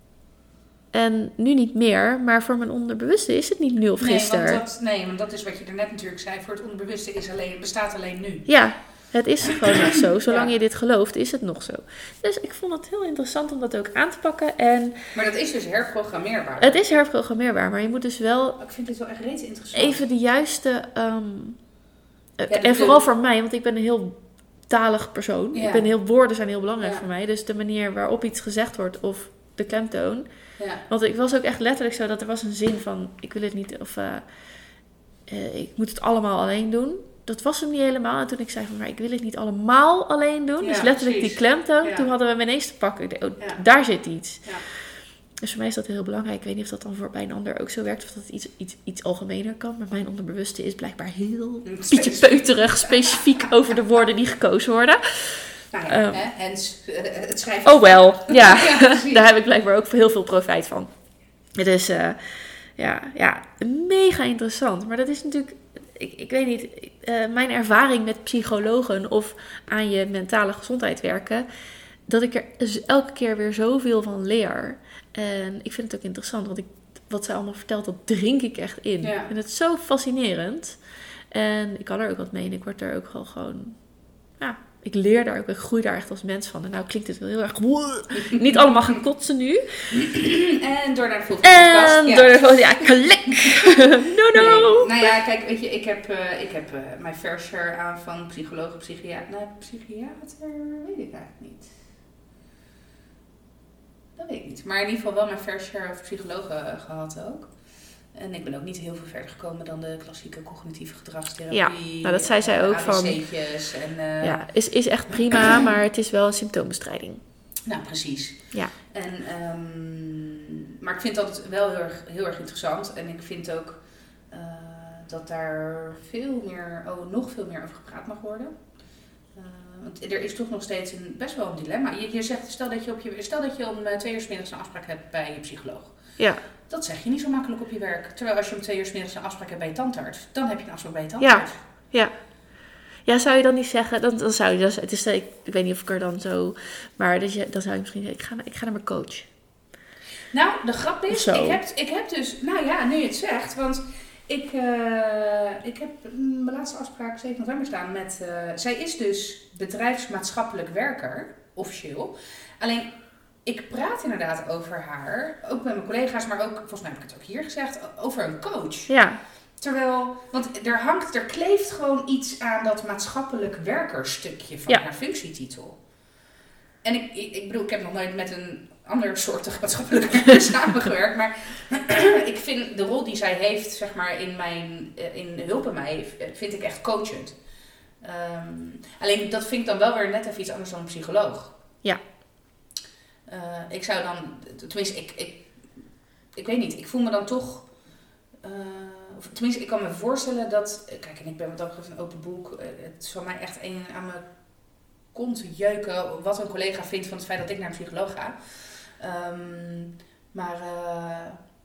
En nu niet meer, maar voor mijn onderbewuste is het niet nu of Nee, gisteren. want dat, nee, want dat is wat je er net natuurlijk zei. Voor het onderbewuste is alleen, bestaat alleen nu. Ja, het is gewoon nog zo. Zolang Ja. je dit gelooft, is het nog zo. Dus ik vond het heel interessant om dat ook aan te pakken. En Maar dat is dus herprogrammeerbaar. het is herprogrammeerbaar, maar je moet dus wel Ik vind dit wel echt reeds interessant. even de juiste... Um, Ja, en de- vooral voor mij, want ik ben een heel talig persoon. Ja. Ik ben heel, woorden zijn heel belangrijk Ja. voor mij. Dus de manier waarop iets gezegd wordt of de klemtoon. Ja. Want ik was ook echt letterlijk zo dat er was een zin van... Ik wil het niet, of uh, uh, ik moet het allemaal alleen doen. Dat was hem niet helemaal. En toen ik zei van, maar ik wil het niet allemaal alleen doen. Ja, dus letterlijk precies. die klemtoon. Ja. Toen hadden we hem ineens te pakken. Ik dacht, oh, Ja. daar zit iets. Ja. Dus voor mij is dat heel belangrijk. Ik weet niet of dat dan voor bij een ander ook zo werkt. Of dat het iets, iets, iets algemener kan. Maar mijn onderbewuste is blijkbaar heel pietje peuterig. Specifiek over de woorden die gekozen worden. Nou ja, Um, hè, hens, uh, het schrijven. Oh wel, ja. Ja, precies. Daar heb ik blijkbaar ook heel veel profijt van. Dus uh, ja, ja, mega interessant. Maar dat is natuurlijk, ik, ik weet niet, uh, mijn ervaring met psychologen of aan je mentale gezondheid werken, dat ik er elke keer weer zoveel van leer. En ik vind het ook interessant, want ik, wat zij allemaal vertelt, dat drink ik echt in. Ja. Ik vind het zo fascinerend. En ik kan er ook wat mee en ik word er ook wel gewoon, ja, ik leer daar ook, ik groei daar echt als mens van. En nou klinkt het wel heel erg, niet allemaal gaan kotsen nu. En door naar de volgende podcast. En Ja. door de volgende, ja, klik. No, no. Nee. Nou ja, kijk, weet je, ik heb, uh, ik heb uh, mijn fair share aan van psycholoog, psychiater. Nou, psychiater weet ik eigenlijk niet. Dat weet ik niet. Maar in ieder geval wel mijn fair share of psychologen uh, gehad ook. En ik ben ook niet heel veel verder gekomen dan de klassieke cognitieve gedragstherapie. Ja, nou dat zei zij ook A B C'tjes van. en, uh, Ja, is, is echt prima, maar het is wel een symptoombestrijding. Nou, precies. Ja. En, um, maar ik vind dat wel heel erg, heel erg interessant. En ik vind ook uh, dat daar veel meer, oh, nog veel meer over gepraat mag worden. Uh, want er is toch nog steeds een, best wel een dilemma. Je, je zegt, stel dat je, op je, stel dat je om uh, twee uur 's middags een afspraak hebt bij je psycholoog. Ja. Dat zeg je niet zo makkelijk op je werk. Terwijl als je om twee uur 's middags een afspraak hebt bij je tandarts, dan heb je een afspraak bij je tandarts. Ja, ja. Ja, zou je dan niet zeggen, dan, dan zou je, dat, het is, ik, ik weet niet of ik er dan zo, maar dat je, dan zou je misschien zeggen, ik ga, ik ga naar mijn coach. Nou, de grap is, ik heb, ik heb dus, nou ja, nu je het zegt, want ik, uh, ik heb mijn laatste afspraak zeven november staan met, uh, zij is dus bedrijfsmaatschappelijk werker, officieel. Alleen, ik praat inderdaad over haar, ook met mijn collega's, maar ook, volgens mij heb ik het ook hier gezegd, over een coach. Ja. Terwijl, want er hangt, er kleeft gewoon iets aan dat maatschappelijk werkerstukje van ja. haar functietitel. En ik, ik, ik bedoel, ik heb nog nooit met een ander soortig maatschappelijk werker samengewerkt, maar ik vind de rol die zij heeft, zeg maar, in mijn, in hulp bij mij, vind ik echt coachend. Um, alleen, dat vind ik dan wel weer net even iets anders dan een psycholoog. Ja. Uh, ik zou dan, tenminste, ik, ik, ik weet niet, ik voel me dan toch... Uh, Of tenminste, ik kan me voorstellen dat... Kijk, en ik ben wat dat betreft een open boek. Het is van mij echt een aan mijn kont jeuken wat een collega vindt van het feit dat ik naar een psycholoog ga. Um, maar uh,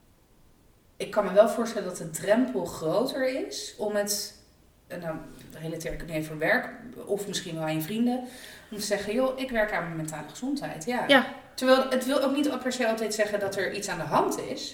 ik kan me wel voorstellen dat de drempel groter is om het... En dan relateer ik het nu even voor werk, of misschien wel aan je vrienden. Om te zeggen, joh, ik werk aan mijn mentale gezondheid. Ja. ja. Terwijl het wil ook niet per se altijd zeggen dat er iets aan de hand is...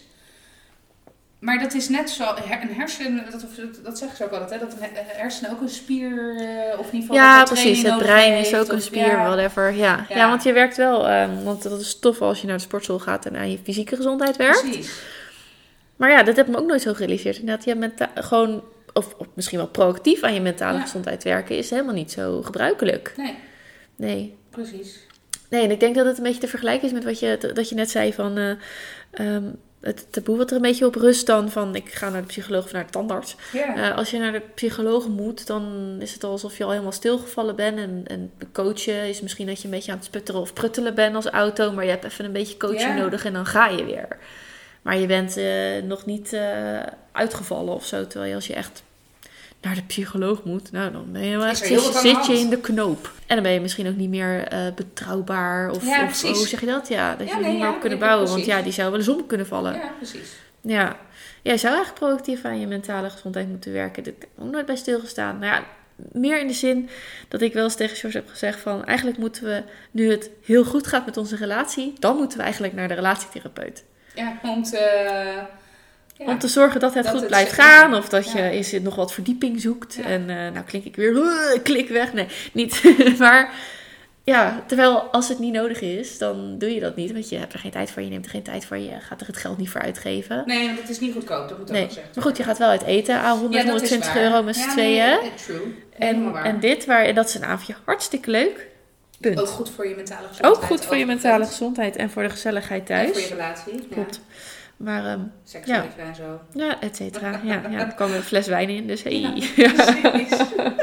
Maar dat is net zo, een hersen, dat, dat zeggen ze ook altijd, hè, dat een hersenen ook een spier, of in ieder geval... Ja, precies, het brein heeft, is ook of, een spier, ja. whatever, ja. ja. Ja, want je werkt wel, um, want dat is tof als je naar de sportschool gaat en aan je fysieke gezondheid werkt. Precies. Maar ja, dat heb ik me ook nooit zo gerealiseerd. Inderdaad, je menta- gewoon, of, of misschien wel proactief aan je mentale ja. gezondheid werken, is helemaal niet zo gebruikelijk. Nee. Nee. Precies. Nee, en ik denk dat het een beetje te vergelijken is met wat je, dat je net zei van... Uh, um, het taboe wat er een beetje op rust dan van ik ga naar de psycholoog of naar de tandarts. Yeah. Uh, als je naar de psycholoog moet, dan is het alsof je al helemaal stilgevallen bent. En, en coachen is misschien dat je een beetje aan het sputteren of pruttelen bent als auto. Maar je hebt even een beetje coaching yeah. nodig en dan ga je weer. Maar je bent uh, nog niet uh, uitgevallen of zo. Terwijl je als je echt naar de psycholoog moet, nou dan ben je wel echt, zit, zit je in de knoop. En dan ben je misschien ook niet meer uh, betrouwbaar. Of, ja, of hoe zeg je dat? Ja, dat ja, je nee, niet meer ja, op kunnen nee, bouwen. precies. Want ja, die zou wel eens om kunnen vallen. Ja, precies. Ja, jij zou eigenlijk proactief aan je mentale gezondheid moeten werken. Daar heb ik ook nooit bij stilgestaan. Nou ja, meer in de zin dat ik wel eens tegen George heb gezegd van... eigenlijk moeten we, nu het heel goed gaat met onze relatie... dan moeten we eigenlijk naar de relatietherapeut. Ja, om te... Ja. Om te zorgen dat het dat goed het blijft zit, gaan. Of dat je ja. is nog wat verdieping zoekt. Ja. En uh, nou klink ik weer, uh, klik weg. Nee, niet. Maar ja, terwijl als het niet nodig is, dan doe je dat niet. Want je hebt er geen tijd voor, je neemt er geen tijd voor. Je gaat er het geld niet voor uitgeven. Nee, want het is niet goedkoop, dat moet ook nee. wel zeggen. Maar goed, je gaat wel uit eten. Ah, honderd, ja, honderdtwintig euro met z'n ja, tweeën. Nee, true. En, en dit, waar, dat is een avondje hartstikke leuk. Punt. Ook goed voor je mentale gezondheid. Ook goed voor je mentale gezondheid en voor de gezelligheid thuis. En voor je relatie. Klopt. Ja. Maar, um, seksleven ja. en zo. Ja, et cetera. Ja, ja, er kwam een fles wijn in, dus hey. Ja, precies.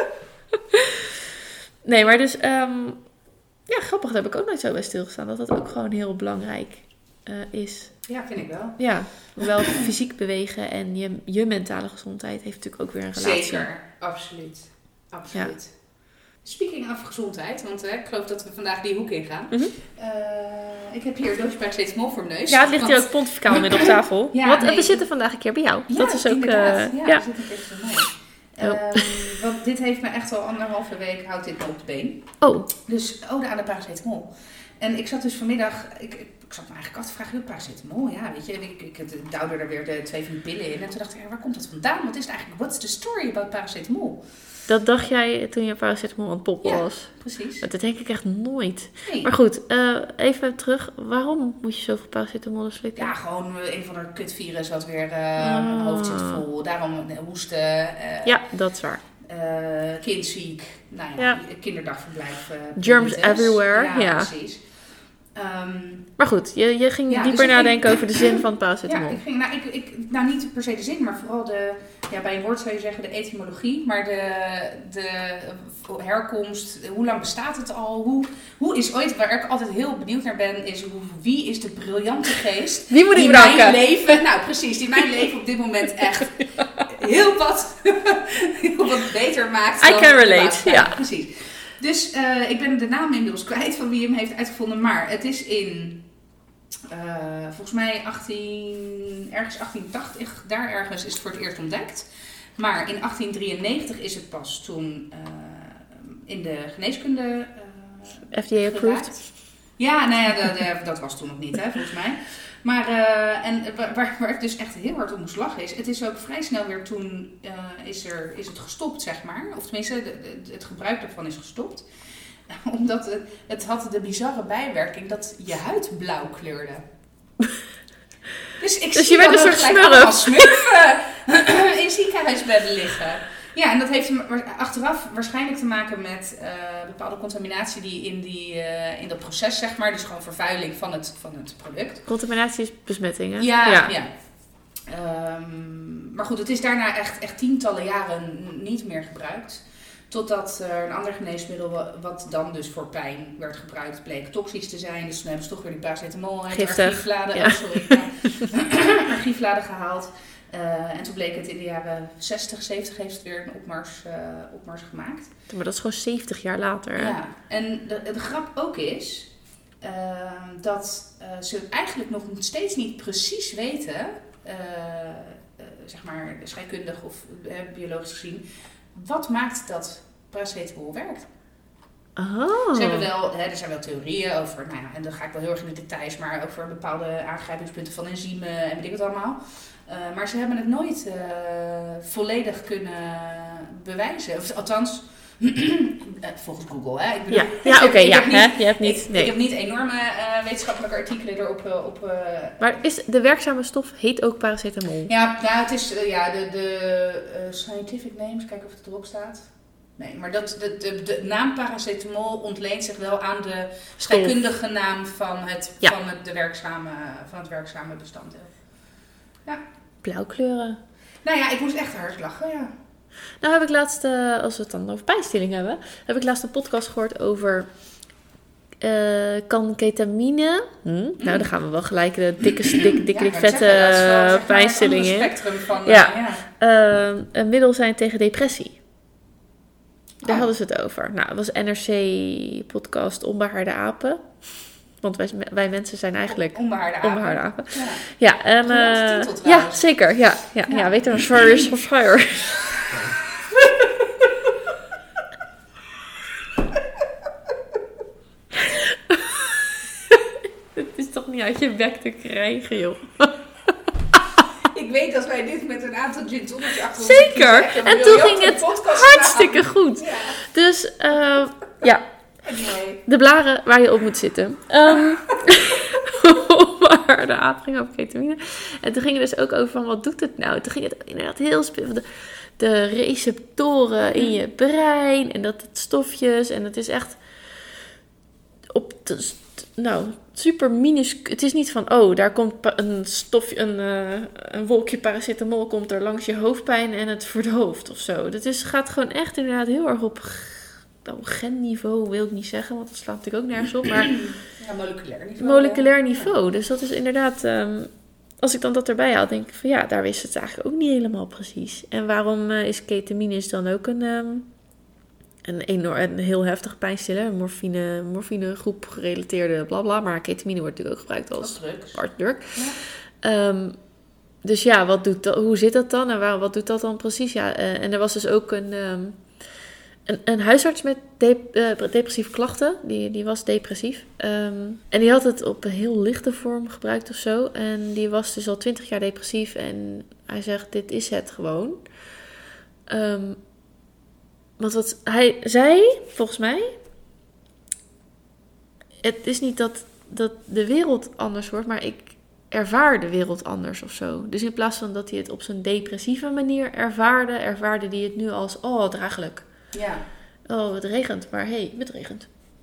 Nee, maar dus, um, ja, grappig, daar heb ik ook nooit zo bij stilgestaan. Dat dat ook gewoon heel belangrijk uh, is. Ja, vind ik wel. Ja, hoewel fysiek bewegen en je, je mentale gezondheid heeft natuurlijk ook weer een relatie. Zeker, absoluut. Absoluut. Ja. Speaking of gezondheid, want uh, ik geloof dat we vandaag die hoek in gaan. Mm-hmm. Uh, ik heb hier een doosje paracetamol voor mijn neus. Ja, het ligt want... hier ook pontificaal midden op tafel. Ja, want nee. we zitten vandaag een keer bij jou. Ja, dat is ook... inderdaad. Uh, ja, ja, we zitten een keer bij mij. Oh. Um, want dit heeft me echt al anderhalve week, houdt dit me op de been. Oh. Dus ode aan de paracetamol. En ik zat dus vanmiddag, ik, ik, ik zat me eigenlijk af te vragen, hoe paracetamol, ja, weet je. En ik, ik, ik duwde er weer de twee van die pillen in. En toen dacht ik, ja, waar komt dat vandaan? Wat is het eigenlijk, what's the story about paracetamol? Dat dacht jij toen je paracetamol aan het poppen ja, was? Precies. Dat denk ik echt nooit. Nee. Maar goed, uh, even terug. Waarom moet je zoveel paracetamol slikken? Ja, gewoon een van de kutvirus wat weer uh, ah. mijn hoofd zit vol. Daarom hoesten. Uh, ja, dat is waar. Uh, kindziek. Nou ja, ja. kinderdagverblijf. Uh, Germs everywhere. Ja, ja, precies. Um, maar goed, je, je ging ja, dieper dus nadenken ging, over de zin van paracetamol. Ja, ik ging, nou, ik, ik, nou, niet per se de zin, maar vooral de, ja, bij een woord zou je zeggen de etymologie, maar de, de herkomst, hoe lang bestaat het al, hoe, hoe is ooit, waar ik altijd heel benieuwd naar ben, is hoe, wie is de briljante geest Wie moet ik die bedanken? mijn leven, nou precies, die mijn leven op dit moment echt heel wat, heel wat beter maakt. I can relate, ja. Precies. Dus uh, ik ben de naam inmiddels kwijt van wie hem heeft uitgevonden, maar het is in, uh, volgens mij achttien, ergens achttien tachtig, daar ergens is het voor het eerst ontdekt. Maar in achttien drieënnegentig is het pas toen uh, in de geneeskunde uh, F D A-approved? Ja, nou ja, dat, dat, dat was toen nog niet, hè, volgens mij. Maar uh, en waar, waar ik dus echt heel hard om moest lachen is, het is ook vrij snel weer toen uh, is, er, is het gestopt, zeg maar. Of tenminste, de, de, het gebruik daarvan is gestopt. Omdat het, het had de bizarre bijwerking dat je huid blauw kleurde. Dus ik dus zie je werd een soort smurf. smurfen in ziekenhuisbedden liggen. Ja, en dat heeft achteraf waarschijnlijk te maken met uh, bepaalde contaminatie die in, die, uh, in dat proces, zeg maar. Dus gewoon vervuiling van het, van het product. Contaminatie is besmetting, hè? Ja, ja. ja. Um, maar goed, het is daarna echt, echt tientallen jaren niet meer gebruikt. Totdat er een ander geneesmiddel, wat dan dus voor pijn werd gebruikt, bleek toxisch te zijn. Dus toen hebben ze toch weer die paracetamol uit de archiefladen, ja. oh, sorry, ja, archiefladen gehaald. Uh, en toen bleek het in de jaren zestig, zeventig heeft het weer een opmars, uh, opmars gemaakt. Maar dat is gewoon zeventig jaar later. Hè? Ja, en de, de grap ook is uh, dat uh, ze eigenlijk nog steeds niet precies weten, uh, uh, zeg maar scheikundig of uh, biologisch gezien, wat maakt dat paracetamol werkt. Oh. Ze hebben wel, hè, er zijn wel theorieën over, nou ja, en dan ga ik wel heel erg in de details, maar over bepaalde aangrijpingspunten van enzymen en weet ik wat allemaal. Uh, maar ze hebben het nooit uh, volledig kunnen bewijzen. Of, althans, volgens Google. Hè? Ik bedoel, ja, ja oké, okay, ja. Niet, je hebt niet, ik, nee. ik heb niet enorme uh, wetenschappelijke artikelen erop. Uh, op, uh, maar is de werkzame stof heet ook paracetamol? Ja, nou, het is uh, ja, de, de uh, scientific names, kijken of het erop staat. Nee, maar dat, de, de, de naam paracetamol ontleent zich wel aan de scheikundige naam van het, ja. van het, de werkzame, van het werkzame bestanddeel. Ja. Blauwkleuren. Nou ja, ik moest echt hard lachen, ja. Nou heb ik laatst, uh, als we het dan over pijnstilling hebben, heb ik laatst een podcast gehoord over uh, kan ketamine. Hm? Mm. Nou, dan gaan we wel gelijk de dikke, dikke, dikke, ja, vette uh, pijnstilling in. Spectrum van, ja. Uh, ja. Uh, een middel zijn tegen depressie. Daar oh. hadden ze het over. Nou, het was N R C-podcast Onbehaarde apen. Want wij, wij mensen zijn eigenlijk onbehaarde apen. Onbehaarde apen. Ja, ja, en, uh, titel, ja zeker. Ja, ja, ja. ja weet je nog, Fire is for Fire. Het is toch niet uit je bek te krijgen, joh. Ik weet dat wij dit met een aantal gin tonics achter ons zeker. En toen ging het hartstikke gaan. goed. Ja. Dus, uh, ja. Nee. De blaren waar je op moet zitten. Um, maar de aap ging over ketamine. En toen ging het dus ook over van wat doet het nou? Toen ging het inderdaad heel spannend. De, de receptoren in je brein. En dat het stofjes. En het is echt op de, nou, super minuscuul. Het is niet van, oh, daar komt een stofje, een, uh, een wolkje paracetamol komt er langs je hoofdpijn en het verdooft of zo. Dat is, gaat gewoon echt inderdaad heel erg op nou, genniveau, wil ik niet zeggen, want dat slaat natuurlijk ook nergens op, maar ja, moleculair niveau. Moleculair niveau. Ja. Dus dat is inderdaad, um, als ik dan dat erbij haal, denk ik van ja, daar wist het eigenlijk ook niet helemaal precies. En waarom uh, is ketamine is dan ook een, um, een, enorm, een heel heftig pijnstiller, een morfine, morfine groep gerelateerde blabla, maar ketamine wordt natuurlijk ook gebruikt als harddruk. Ja. Um, dus ja, wat doet dat, hoe zit dat dan en waar, wat doet dat dan precies? Ja, uh, en er was dus ook een... Um, Een, een huisarts met de, uh, depressieve klachten, die, die was depressief. Um, en die had het op een heel lichte vorm gebruikt of zo. En die was dus al twintig jaar depressief. En hij zegt, dit is het gewoon. Um, want wat hij zei, volgens mij... Het is niet dat, dat de wereld anders wordt, maar ik ervaar de wereld anders of zo. Dus in plaats van dat hij het op zijn depressieve manier ervaarde, ervaarde hij het nu als, oh, draaglijk. Ja. Oh, het regent, maar hé, hey, het regent.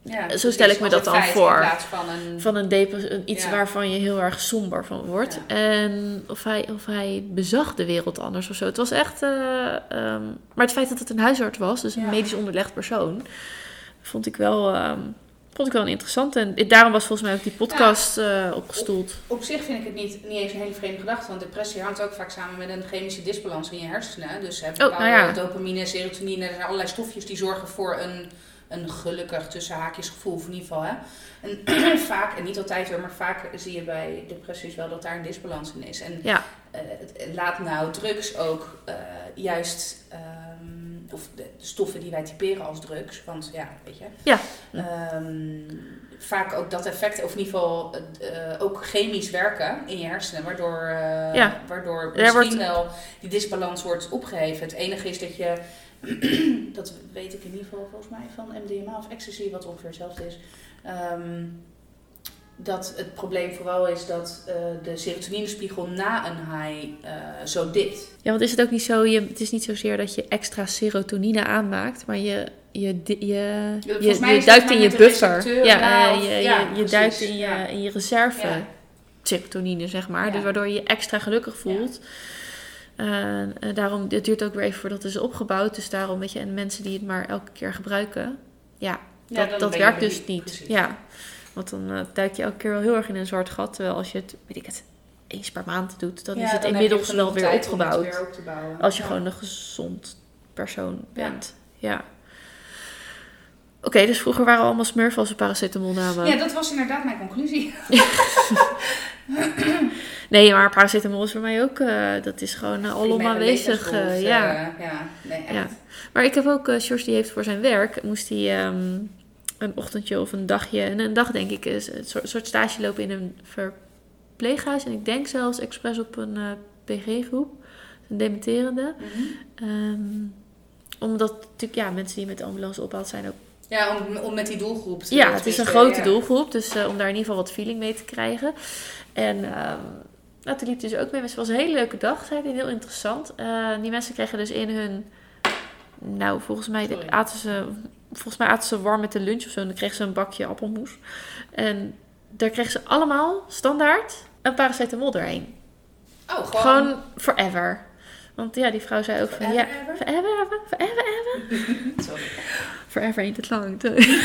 Ja, Zo stel ik me dat dan voor. In plaats van een... Van een depres- een iets Ja. waarvan je heel erg somber van wordt. Ja. En of hij, of hij bezag de wereld anders of zo. Het was echt... Uh, um, maar het feit dat het een huisarts was, dus een Ja. medisch onderlegd persoon, vond ik wel... Um, Vond ik wel een interessant. En daarom was volgens mij ook die podcast ja. uh, opgestoeld. Op, op zich vind ik het niet, niet eens een hele vreemde gedachte. Want depressie hangt ook vaak samen met een chemische disbalans in je hersenen. Dus uh, bepaalde oh, nou ja. dopamine, serotonine. Er zijn allerlei stofjes die zorgen voor een, een gelukkig tussen haakjes gevoel. Of in ieder geval. Hè. En vaak, en niet altijd hoor, maar vaak zie je bij depressies wel dat daar een disbalans in is. En ja. uh, laat nou drugs ook uh, juist... Um, of de stoffen die wij typeren als drugs. Want ja, weet je. Ja. Um, vaak ook dat effect, of in ieder geval uh, ook chemisch werken in je hersenen. Waardoor, uh, ja. waardoor misschien wordt... wel die disbalans wordt opgeheven. Het enige is dat je, dat weet ik in ieder geval volgens mij van M D M A of ecstasy, wat ongeveer hetzelfde is. Um, dat het probleem vooral is dat uh, de serotoninespiegel na een high uh, zo dipt. Ja, want is het ook niet zo, je, het is niet zozeer dat je extra serotonine aanmaakt, maar je, je, je, je, je, je duikt in je buffer. Ja, na, of, je, ja, je, je duikt in je, ja. in je reserve ja. serotonine, zeg maar. Ja. Dus waardoor je je extra gelukkig voelt. Ja. Uh, uh, daarom, het duurt ook weer even voordat het is opgebouwd. Dus daarom, weet je, en mensen die het maar elke keer gebruiken, ja, ja dat, dat werkt dus niet. Precies. Ja. Want dan uh, duik je elke keer wel heel erg in een zwart gat. Terwijl als je het, weet ik het, eens per maand doet, dan ja, is het dan inmiddels wel weer opgebouwd. Weer op te bouwen. Als je ja. gewoon een gezond persoon bent. Ja. ja. Oké, okay, dus vroeger waren allemaal smurfen als ze paracetamol namen. Ja, dat was inderdaad mijn conclusie. Nee, maar paracetamol is voor mij ook, uh, dat is gewoon uh, alom aanwezig. Uh, ja. Uh, ja, nee, echt. Ja. Maar ik heb ook, uh, George die heeft voor zijn werk, moest hij... Um, een ochtendje of een dagje, en een dag denk ik, is een soort, soort stage lopen in een verpleeghuis. En ik denk zelfs expres op een uh, P G-groep, een dementerende. Mm-hmm. Um, omdat natuurlijk, ja, mensen die met de ambulance ophaalt zijn ook... Ja, om, om met die doelgroep te Ja, het is een grote ja. doelgroep, dus uh, om daar in ieder geval wat feeling mee te krijgen. En um, nou, toen liep dus ook mee. Het was een hele leuke dag, zei hij, heel interessant. Uh, die mensen kregen dus in hun... Nou, volgens mij de, aten ze... Volgens mij aten ze warm met de lunch of zo. En dan kregen ze een bakje appelmoes. En daar kregen ze allemaal standaard een paracetamol doorheen. Oh, gewoon... Gewoon forever. Want ja, die vrouw zei ook van... Ja, forever, ever, forever, ever. Sorry. Forever ain't it long.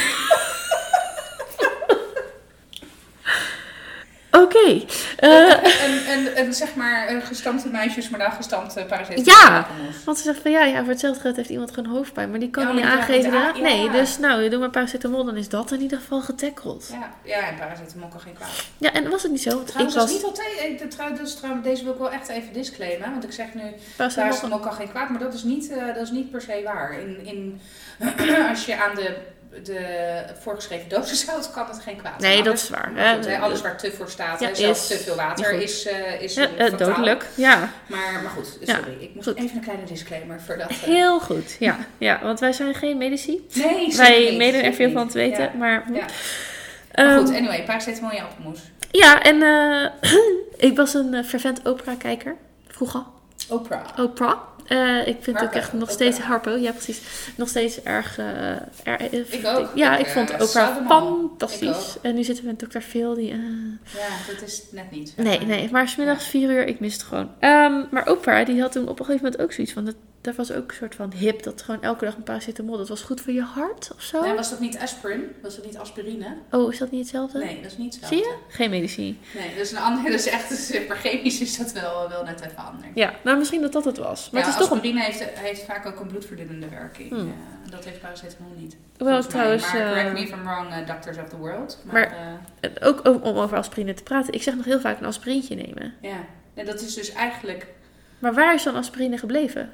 Oké. Okay. Uh, en, en, en zeg maar gestampte meisjes, maar dan gestampte paracetamol. Ja, want ze zegt van ja, ja, voor hetzelfde geld heeft iemand gewoon hoofdpijn. Maar die kan ja, niet aangeven. Ja, nee, ja. Dus nou, doe maar paracetamol, dan is dat in ieder geval getackeld. Ja, ja, en paracetamol kan geen kwaad. Ja, en was het niet zo? Trouwens, ik was... dat is niet altijd, trouw, dus, trouw, deze wil ik wel echt even disclaimen. Want ik zeg nu, paracetamol, paracetamol kan geen kwaad, maar dat is niet, uh, dat is niet per se waar. In, in, als je aan de... de voorgeschreven dosis houdt, kan het geen kwaad. Nee, dat is waar. Goed, hè, alles waar te voor staat, ja, zelfs te veel water is, uh, is ja, uh, dodelijk. Ja. Maar, maar goed, sorry. Ja, ik moest goed. even een kleine disclaimer voor dat. Uh... Heel goed, ja. ja. Want wij zijn geen medici. Nee, wij menen er veel van te weten. Ja. Maar, ja. maar goed, anyway, paracetamol en appelmoes. Ja, en uh, ik was een uh, fervent opera-kijker. Vroeger. Oprah. Oprah. Uh, ik vind Harpo. het ook echt nog Oprah. steeds... Harpo, ja precies. Nog steeds erg... Uh, er, uh, ik ook. Ja, ik, ik vond uh, Oprah fantastisch. En nu zitten we met dokter Phil. Die, uh... Ja, dat is net niet. Nee, maar. nee. Maar 's middags vier uur, ik mis het gewoon. Um, maar Oprah, die had toen op een gegeven moment ook zoiets van... Dat, dat was ook een soort van hip. Dat gewoon elke dag een paracetamol. Dat was goed voor je hart of zo. Nee, was dat niet aspirin? Was dat niet aspirine? Oh, is dat niet hetzelfde? Nee, dat is niet hetzelfde. Zie je? Geen medicijn. Nee, dat is een ander. Dat is echt... Super chemisch is dat wel, wel net even anders. Ja, nou misschien dat dat het was. Maar ja, het is aspirine toch een... heeft, heeft vaak ook een bloedverdunnende werking. Hmm. Uh, dat heeft paracetamol niet. Wel trouwens... Maar correct uh, me if I'm wrong, uh, Doctors of the World. Maar, maar uh, ook, ook om over aspirine te praten. Ik zeg nog heel vaak een aspirintje nemen. Ja, en dat is dus eigenlijk... Maar waar is dan aspirine gebleven?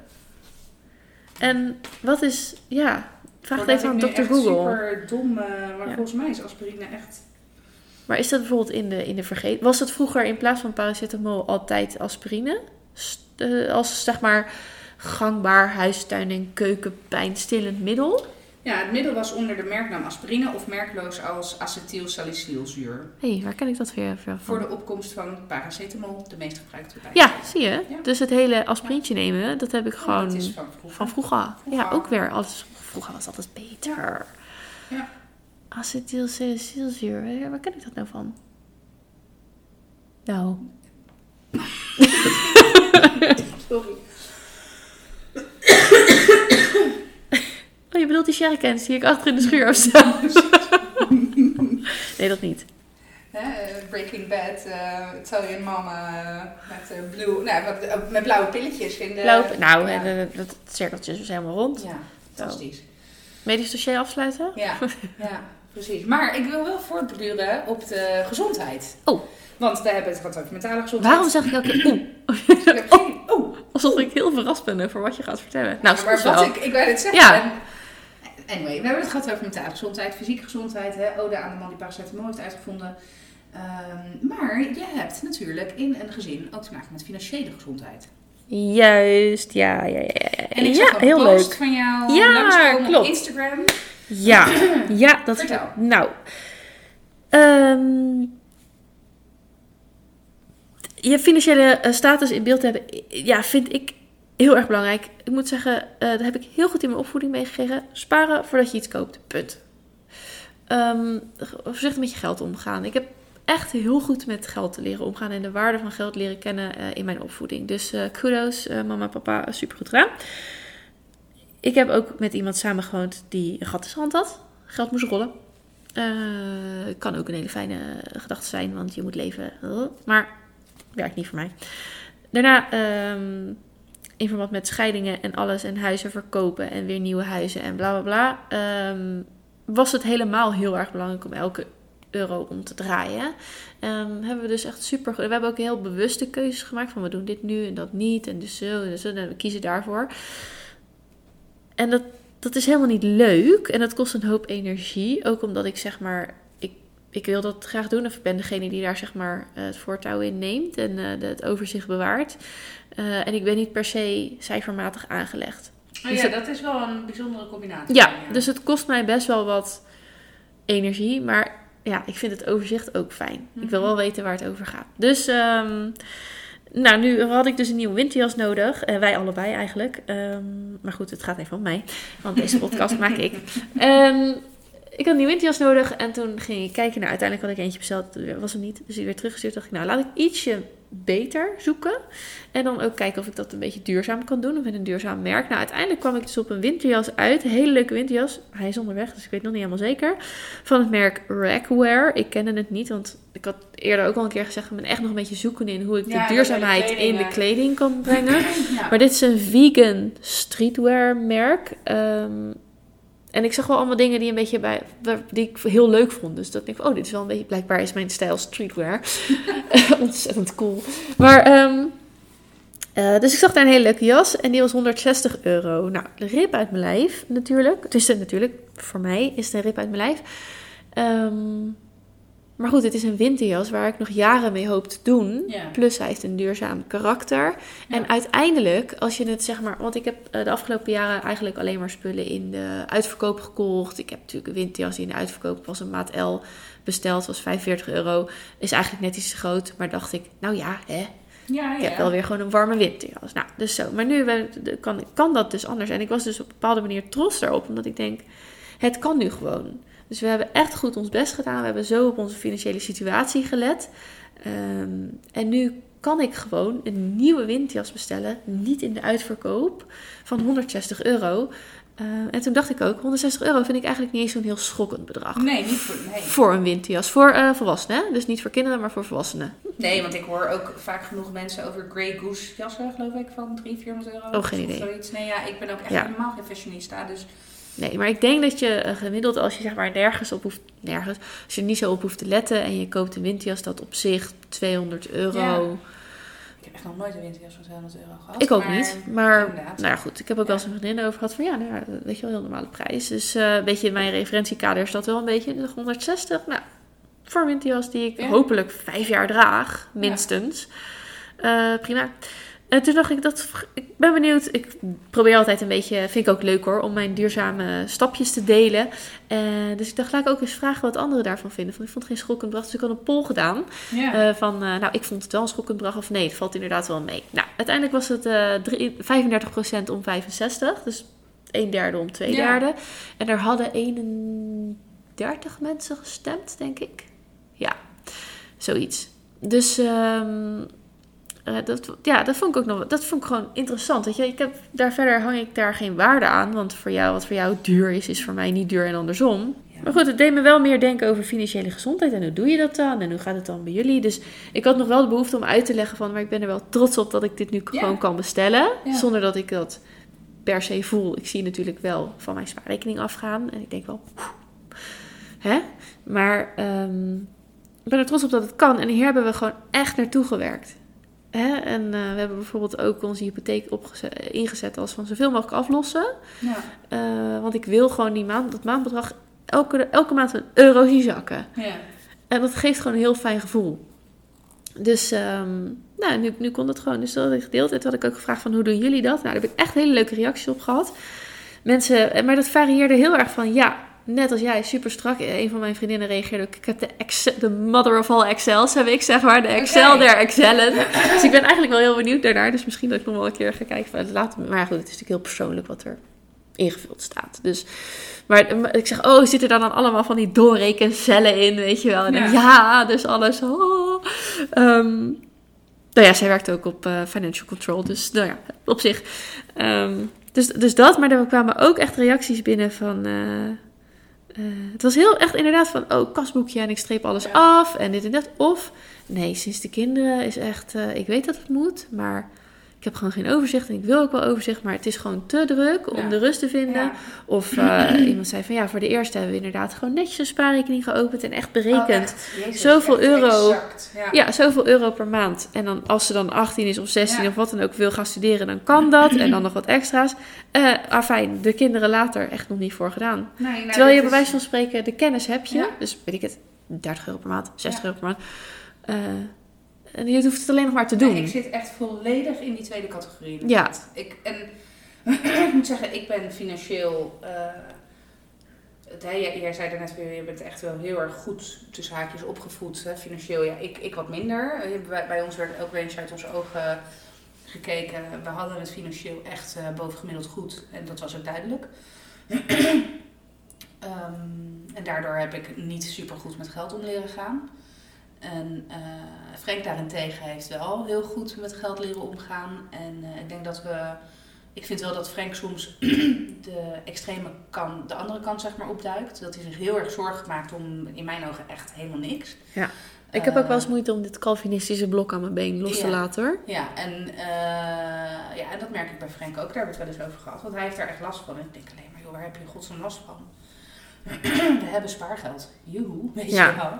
En wat is... Ja, vraag het even aan dokter Google. Dat is super dom, uh, maar ja. Volgens mij is aspirine echt... Maar is dat bijvoorbeeld in de, in de vergeten... Was het vroeger in plaats van paracetamol altijd aspirine? St- uh, als zeg maar gangbaar huistuin- en keukenpijnstillend middel? Ja, het middel was onder de merknaam aspirine of merkloos als acetylsalicylzuur. Hé, hey, waar ken ik dat weer van? Voor de opkomst van paracetamol, de meest gebruikte bij. Ja, zie je? Ja. Dus het hele aspirintje ja. nemen, dat heb ik gewoon ja, dat is van vroeger. Van vroeger. vroeger. Ja, ook weer. Alles, vroeger was altijd beter. Ja. ja. Acetylsalicylzuur. Waar ken ik dat nou van? Nou. Sorry. Oh, je bedoelt die sherrycans die ik achter in de schuur heb staan. Nee, dat niet. Uh, Breaking Bad, uh, Italian Mama uh, met, uh, blue, nou, wat, uh, met blauwe pilletjes. In de, Blauwe, nou, ja. en dat cirkeltje is dus helemaal rond. Ja, fantastisch. Zo. Medisch dossier afsluiten? Ja, ja, precies. Maar ik wil wel voortborduren op de gezondheid. Oh. Want we hebben het gehad over mentale gezondheid. Waarom zeg ik elke keer oeh? Oh. Oh. Alsof ik heel verrast ben over wat je gaat vertellen. Nou, ja, maar wat ik, ik wou het zeggen. Ja. En, anyway, we hebben het gehad over mentale gezondheid, fysieke gezondheid. Hè? Ode aan de man die paracetamol heeft uitgevonden. Um, maar je hebt natuurlijk in een gezin ook te maken met financiële gezondheid. Juist, ja, ja, ja. ja. En ik ja, zag een heel post leuk. van jou Ja, langskomen klopt. op Instagram. Ja, ja, dat Vertel. Nou, um, je financiële uh, status in beeld hebben, ja, vind ik heel erg belangrijk. Ik moet zeggen, uh, daar heb ik heel goed in mijn opvoeding meegekregen. Sparen voordat je iets koopt, punt. Um, voorzichtig met je geld omgaan. Ik heb echt heel goed met geld leren omgaan en de waarde van geld leren kennen uh, in mijn opvoeding. Dus uh, kudos, uh, mama en papa, uh, super goed gedaan. Ik heb ook met iemand samengewoond die een gat in zijn hand had. Geld moest rollen. Uh, kan ook een hele fijne gedachte zijn, want je moet leven. Uh, maar werkt niet voor mij. Daarna, um, in verband met scheidingen en alles en huizen verkopen en weer nieuwe huizen en bla bla bla, um, was het helemaal heel erg belangrijk om elke euro om te draaien. Um, hebben we dus echt super goed. We hebben ook heel bewuste keuzes gemaakt van we doen dit nu en dat niet en dus zo en zo en we kiezen daarvoor. En dat, dat is helemaal niet leuk en dat kost een hoop energie. Ook omdat ik zeg maar, ik, ik wil dat graag doen of ik ben degene die daar zeg maar het voortouw in neemt en uh, het overzicht bewaart. Uh, en ik ben niet per se cijfermatig aangelegd. Oh dus ja, het, dat is wel een bijzondere combinatie. Ja, ja, dus het kost mij best wel wat energie, maar ja, ik vind het overzicht ook fijn. Mm-hmm. Ik wil wel weten waar het over gaat. Dus, um, nou, nu had ik dus een nieuwe winterjas nodig. Uh, wij allebei eigenlijk. Um, maar goed, het gaat even om mij, want deze podcast maak ik. Um, ik had een nieuwe winterjas nodig en toen ging ik kijken. Nou, uiteindelijk had ik eentje besteld, dat was er niet. Dus ik weer teruggestuurd. Dacht ik, nou, laat ik ietsje beter zoeken. En dan ook kijken of ik dat een beetje duurzaam kan doen. Of in een duurzaam merk. Nou, uiteindelijk kwam ik dus op een winterjas uit. Een hele leuke winterjas. Hij is onderweg, dus ik weet nog niet helemaal zeker. Van het merk Rackwear. Ik kende het niet, want ik had eerder ook al een keer gezegd, ik ben echt nog een beetje zoekende in hoe ik ja, de duurzaamheid de kleding, in de kleding kan brengen. Ja. Maar dit is een vegan streetwear merk. Um, En ik zag wel allemaal dingen die een beetje bij, die ik heel leuk vond. Dus dat denk ik, oh, dit is wel een beetje, blijkbaar is mijn stijl streetwear. Ontzettend cool. Maar, um, uh, dus ik zag daar een hele leuke jas en die was honderdzestig euro. Nou, de rip uit mijn lijf natuurlijk. Het is het natuurlijk, voor mij is het een rip uit mijn lijf. Um, maar goed, het is een winterjas waar ik nog jaren mee hoop te doen. Ja. Plus hij heeft een duurzaam karakter. Ja. En uiteindelijk, als je het zeg maar... Want ik heb de afgelopen jaren eigenlijk alleen maar spullen in de uitverkoop gekocht. Ik heb natuurlijk een winterjas die in de uitverkoop was, een maat L besteld. Was vijfenveertig euro. Is eigenlijk net iets te groot. Maar dacht ik, nou ja, hè. Ja, ik ja. heb wel weer gewoon een warme winterjas. Nou, dus zo. Maar nu kan, kan dat dus anders. En ik was dus op een bepaalde manier trots daarop. Omdat ik denk, het kan nu gewoon. Dus we hebben echt goed ons best gedaan. We hebben zo op onze financiële situatie gelet. Um, en nu kan ik gewoon een nieuwe winterjas bestellen. Niet in de uitverkoop. Van honderdzestig euro. Uh, en toen dacht ik ook, honderdzestig euro vind ik eigenlijk niet eens zo'n heel schokkend bedrag. Nee, niet voor, nee. Voor een winterjas. Voor uh, volwassenen. Dus niet voor kinderen, maar voor volwassenen. Nee, want ik hoor ook vaak genoeg mensen over Grey Goose jassen, geloof ik, van driehonderd, vierhonderd euro. Oh, geen idee. Zoiets. Nee, ja, ik ben ook echt ja. helemaal geen fashionista, dus... Nee, maar ik denk dat je uh, gemiddeld, als je zeg maar nergens op hoeft, nergens, als je er niet zo op hoeft te letten en je koopt een winterjas, dat op zich tweehonderd euro. Ja. Ik heb echt nog nooit een winterjas van tweehonderd euro gehad. Ik ook maar, niet, maar inderdaad. nou ja, goed, ik heb ook wel eens een vriendin over gehad van ja, nou ja, weet je wel, heel normale prijs. Dus uh, een beetje in mijn referentiekader is dat wel een beetje de honderdzestig. Nou, voor een winterjas die ik ja. hopelijk vijf jaar draag, minstens. Ja. Uh, prima. En toen dacht ik, dat, ik ben benieuwd. Ik probeer altijd een beetje, vind ik ook leuk hoor, om mijn duurzame stapjes te delen. Uh, dus ik dacht, laat ik ook eens vragen wat anderen daarvan vinden. Want ik vond het geen schokkend bedrag, dus ik had een poll gedaan. Ja. Uh, van, uh, nou, ik vond het wel een schokkend bedrag of nee, het valt inderdaad wel mee. Nou, uiteindelijk was het uh, drie, vijfendertig procent om vijfenzestig. Dus een derde om twee ja. derde. En er hadden eenentwintig dertig mensen gestemd, denk ik. Ja, zoiets. Dus um, uh, dat, ja, dat vond ik ook nog, dat vond ik gewoon interessant. Weet je, ik heb, daar verder hang ik daar geen waarde aan, want voor jou, wat voor jou duur is, is voor mij niet duur en andersom. Ja. Maar goed, het deed me wel meer denken over financiële gezondheid en hoe doe je dat dan en hoe gaat het dan bij jullie. Dus ik had nog wel de behoefte om uit te leggen van, maar ik ben er wel trots op dat ik dit nu ja. gewoon kan bestellen, ja. zonder dat ik dat per se voel. Ik zie natuurlijk wel van mijn spaarrekening afgaan en ik denk wel, hè? Maar um, ik ben er trots op dat het kan. En hier hebben we gewoon echt naartoe gewerkt. Hè? En uh, we hebben bijvoorbeeld ook onze hypotheek opgezet, ingezet als van zoveel mogelijk aflossen. Ja. Uh, want ik wil gewoon die maand, dat maandbedrag elke, elke maand een euro zien zakken. Ja. En dat geeft gewoon een heel fijn gevoel. Dus um, nou, nu, nu kon het gewoon. Dus dat had ik gedeeld. En toen had ik ook gevraagd van hoe doen jullie dat? Nou, daar heb ik echt hele leuke reacties op gehad. Mensen, maar dat varieerde heel erg van ja, net als jij, super strak. Een van mijn vriendinnen reageerde ook. Ik heb de, Excel, de mother of all Excels, heb ik zeg maar. De Excel okay. der Excellen. Dus ik ben eigenlijk wel heel benieuwd daarnaar. Dus misschien dat ik nog wel een keer ga kijken. Van, laat, maar goed, het is natuurlijk heel persoonlijk wat er ingevuld staat. Dus, maar, maar ik zeg, oh, zitten daar dan allemaal van die doorrekencellen in, weet je wel? En ja, dan, ja dus alles. Oh. Um, nou ja, zij werkt ook op uh, Financial Control. Dus nou ja, op zich. Um, dus, dus dat, maar er kwamen ook echt reacties binnen van... Uh, uh, het was heel echt inderdaad van, oh, kasboekje en ik streep alles ja. af en dit en dat. Of, nee, sinds de kinderen is echt, uh, ik weet dat het moet, maar ik heb gewoon geen overzicht en ik wil ook wel overzicht, maar het is gewoon te druk om ja. de rust te vinden. Ja. Of uh, iemand zei van, ja, voor de eerste hebben we inderdaad gewoon netjes een spaarrekening geopend en echt berekend. Oh, echt? Jezus, zoveel echt euro, exact. Ja. ja, zoveel euro per maand. En dan als ze dan achttien is of zestien ja. of wat dan ook wil gaan studeren, dan kan dat. En dan nog wat extra's. Uh, afijn, de kinderen later echt nog niet voor gedaan. Nee, nou, terwijl je bij wijze van spreken de kennis heb je. Ja. Dus weet ik het, dertig euro per maand, zestig ja. euro per maand. Uh, En je hoeft het alleen nog maar te doen. Nee, ik zit echt volledig in die tweede categorie. Ja. Ik, en ik moet zeggen, ik ben financieel... Uh, het, hè, jij, jij zei daarnet weer, je bent echt wel heel erg goed tussen haakjes opgevoed. Hè, financieel, ja, ik, ik wat minder. Bij, bij ons werd ook eens uit onze ogen gekeken. We hadden het financieel echt uh, bovengemiddeld goed. En dat was ook duidelijk. um, en daardoor heb ik niet super goed met geld om leren gaan. En uh, Frank daarentegen heeft wel heel goed met geld leren omgaan. En uh, ik denk dat we... Ik vind wel dat Frank soms de extreme kant, de andere kant zeg maar opduikt. Dat hij zich heel erg zorgen maakt om in mijn ogen echt helemaal niks. Ja, ik heb uh, ook wel eens moeite om dit Calvinistische blok aan mijn been los ja, te laten hoor. Ja, en, uh, ja, en dat merk ik bij Frank ook. Daar hebben we het wel eens over gehad. Want hij heeft daar echt last van. En ik denk alleen maar, joh, waar heb je in godsnaam last van? We hebben spaargeld. Joehoe, weet ja. je wel.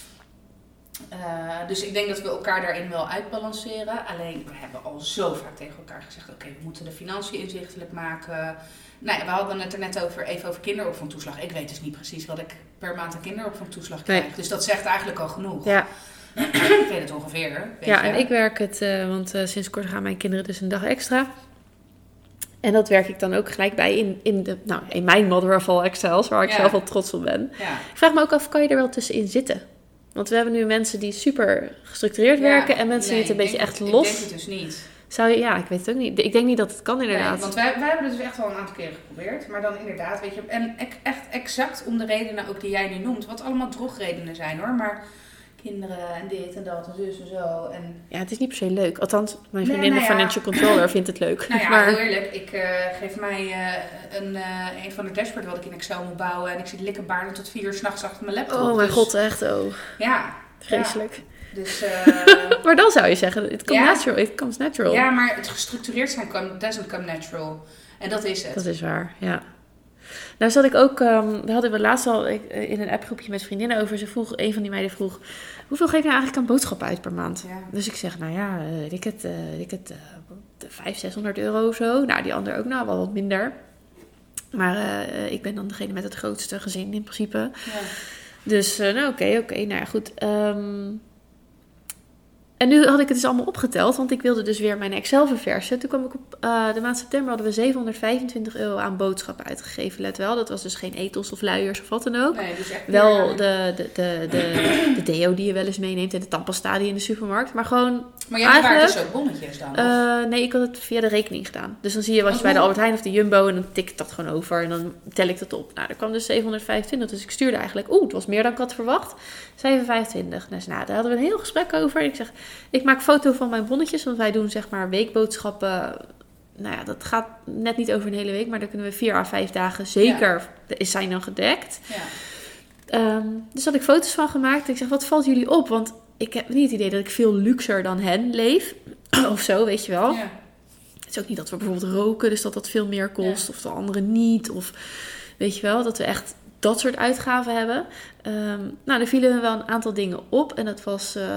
Uh, dus ik denk dat we elkaar daarin wel uitbalanceren. Alleen, we hebben al zo vaak tegen elkaar gezegd... oké, okay, we moeten de financiën inzichtelijk maken. Nou ja, we hadden het er net over, even over kinderopvangtoeslag. Ik weet dus niet precies wat ik per maand aan kinderopvangtoeslag krijg. Nee. Dus dat zegt eigenlijk al genoeg. Ja. Ik weet het ongeveer. Weet ja, je? En ik werk het... Uh, want uh, sinds kort gaan mijn kinderen dus een dag extra... En dat werk ik dan ook gelijk bij in, in, de, nou, in mijn mother of all Excels... waar ik ja. zelf wel trots op ben. Ja. Ik vraag me ook af, kan je er wel tussenin zitten? Want we hebben nu mensen die super gestructureerd ja, werken en mensen nee, die het een beetje echt het, los. Ik denk het dus niet. Zou je, ja, ik weet het ook niet. Ik denk niet dat het kan inderdaad. Nee, want wij, wij hebben het dus echt wel een aantal keren geprobeerd. Maar dan inderdaad, weet je, en echt exact om de redenen ook die jij nu noemt. Wat allemaal drogredenen zijn hoor, maar kinderen en dit en dat en zus en zo. En... Ja, het is niet per se leuk. Althans, mijn vriendin, nee, nou ja. de financial controller, vindt het leuk. Nou ja, maar... heel eerlijk. Ik uh, geef mij uh, een, uh, een van de dashboard wat ik in Excel moet bouwen. En ik zit likkenbaarden tot vier uur 's nachts achter mijn laptop. Oh mijn dus... god, echt oh. Ja. Vreselijk. Ja. Dus, uh... maar dan zou je zeggen, it comes, ja. natural, it comes natural. Ja, maar het gestructureerd zijn come, doesn't come natural. En dat is het. Dat is waar, ja. Nou zat ik ook, um, we hadden we laatst al in een appgroepje met vriendinnen over. Ze vroeg, een van die meiden vroeg, hoeveel geef je nou eigenlijk aan boodschappen uit per maand? Ja. Dus ik zeg, nou ja, uh, ik het, uh, ik het uh, vijfhonderd, zeshonderd euro of zo. Nou, die ander ook nou wel wat minder. Maar uh, ik ben dan degene met het grootste gezin in principe. Ja. Dus, uh, nou oké, okay, oké, okay, nou ja, goed. Um, En nu had ik het dus allemaal opgeteld, want ik wilde dus weer mijn Excel verversen. Toen kwam ik op uh, de maand september hadden we zevenhonderdvijfentwintig euro aan boodschappen uitgegeven. Let wel, dat was dus geen etels of luiers of wat dan ook. Nee, dus echt wel weer... de, de, de, de, de deo die je wel eens meeneemt en de tandpasta die in de supermarkt. Maar gewoon Maar jij hebt eigenlijk... dus ook bonnetjes dan? Uh, nee, ik had het via de rekening gedaan. Dus dan zie je wat je oh, bij de Albert Heijn of de Jumbo en dan tik ik dat gewoon over en dan tel ik dat op. Nou, er kwam dus zevenhonderdvijfentwintig, dus ik stuurde eigenlijk, oeh, het was meer dan ik had verwacht. zevenhonderdvijfentwintig. Dus nou, daar hadden we een heel gesprek over. Ik zeg, ik maak foto van mijn bonnetjes, want wij doen zeg maar weekboodschappen. Nou ja, dat gaat net niet over een hele week, maar dan kunnen we vier à vijf dagen zeker, ja. is zijn dan gedekt. Ja. Um, dus had ik foto's van gemaakt. Ik zeg, wat valt jullie op? Want ik heb niet het idee dat ik veel luxer dan hen leef. Of zo, weet je wel. Ja. Het is ook niet dat we bijvoorbeeld roken, dus dat dat veel meer kost. Ja. Of de anderen niet. Of weet je wel, dat we echt dat soort uitgaven hebben. Um, nou, er vielen me wel een aantal dingen op. En dat was... Uh,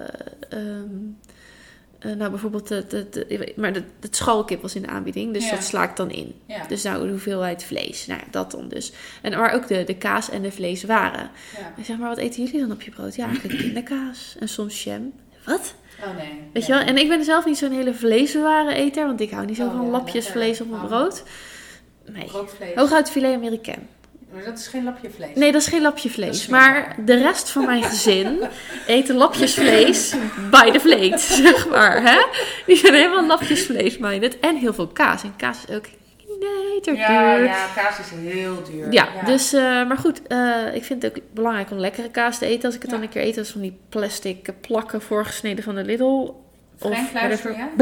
um, uh, nou, bijvoorbeeld... De, de, de, maar de, het schalkip was in de aanbieding. Dus ja. dat sla ik dan in. Ja. Dus nou, de hoeveelheid vlees. Nou, dat dan dus. En maar ook de, de kaas en de vlees waren. Ja. Ik zeg, maar wat eten jullie dan op je brood? Ja, eigenlijk kinderkaas. En soms jam. Wat? Oh nee. Weet je wel? En ik ben zelf niet zo'n hele vleeswaren eter. Want ik hou niet zo oh, van ja, lapjes vlees op mijn oh. brood. Nee. Hooguit filet Amerikaan. Maar dat is geen lapje vlees. Nee, dat is geen lapje vlees. Maar de rest van mijn gezin eten lapjes vlees by the plate, zeg maar. Hè? Die zijn helemaal lapjes vlees-minded. En heel veel kaas. En kaas is ook knijterduur. Ja, ja, kaas is heel duur. Ja, ja. Dus, uh, maar goed. Uh, ik vind het ook belangrijk om lekkere kaas te eten. Als ik het ja. dan een keer eet, dat is van die plastic plakken voorgesneden van de Lidl. Frank, luister je?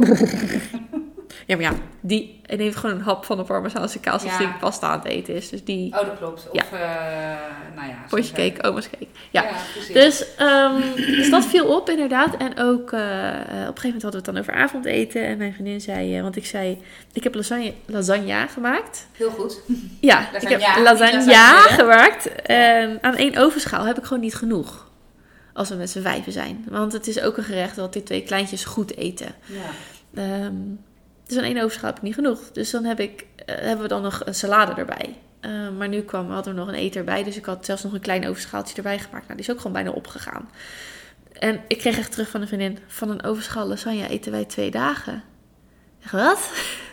Ja, maar ja, die neemt gewoon een hap van de Parmezaanse kaas als ja. die pasta aan het eten is. Dus die... Oh, dat klopt. Of, ja. uh, nou ja. Potje cake, oma's cake. Ja, ja dus, um, dus dat viel op inderdaad. En ook, uh, uh, op een gegeven moment hadden we het dan over avondeten. En mijn vriendin zei, uh, want ik zei, ik heb lasagne, lasagne gemaakt. Heel goed. Ja, lasagne, ik heb lasagne, lasagne gemaakt. En aan één ovenschaal heb ik gewoon niet genoeg. Als we met z'n vijven zijn. Want het is ook een gerecht dat die twee kleintjes goed eten. Ja. Um, Dus aan één ovenschaal heb ik niet genoeg. Dus dan heb ik, uh, hebben we dan nog een salade erbij. Uh, maar nu kwam, hadden we nog een eten erbij. Dus ik had zelfs nog een klein overschaaltje erbij gemaakt. Nou, die is ook gewoon bijna opgegaan. En ik kreeg echt terug van een vriendin. Van een ovenschaal lasagne eten wij twee dagen. Ik dacht, wat?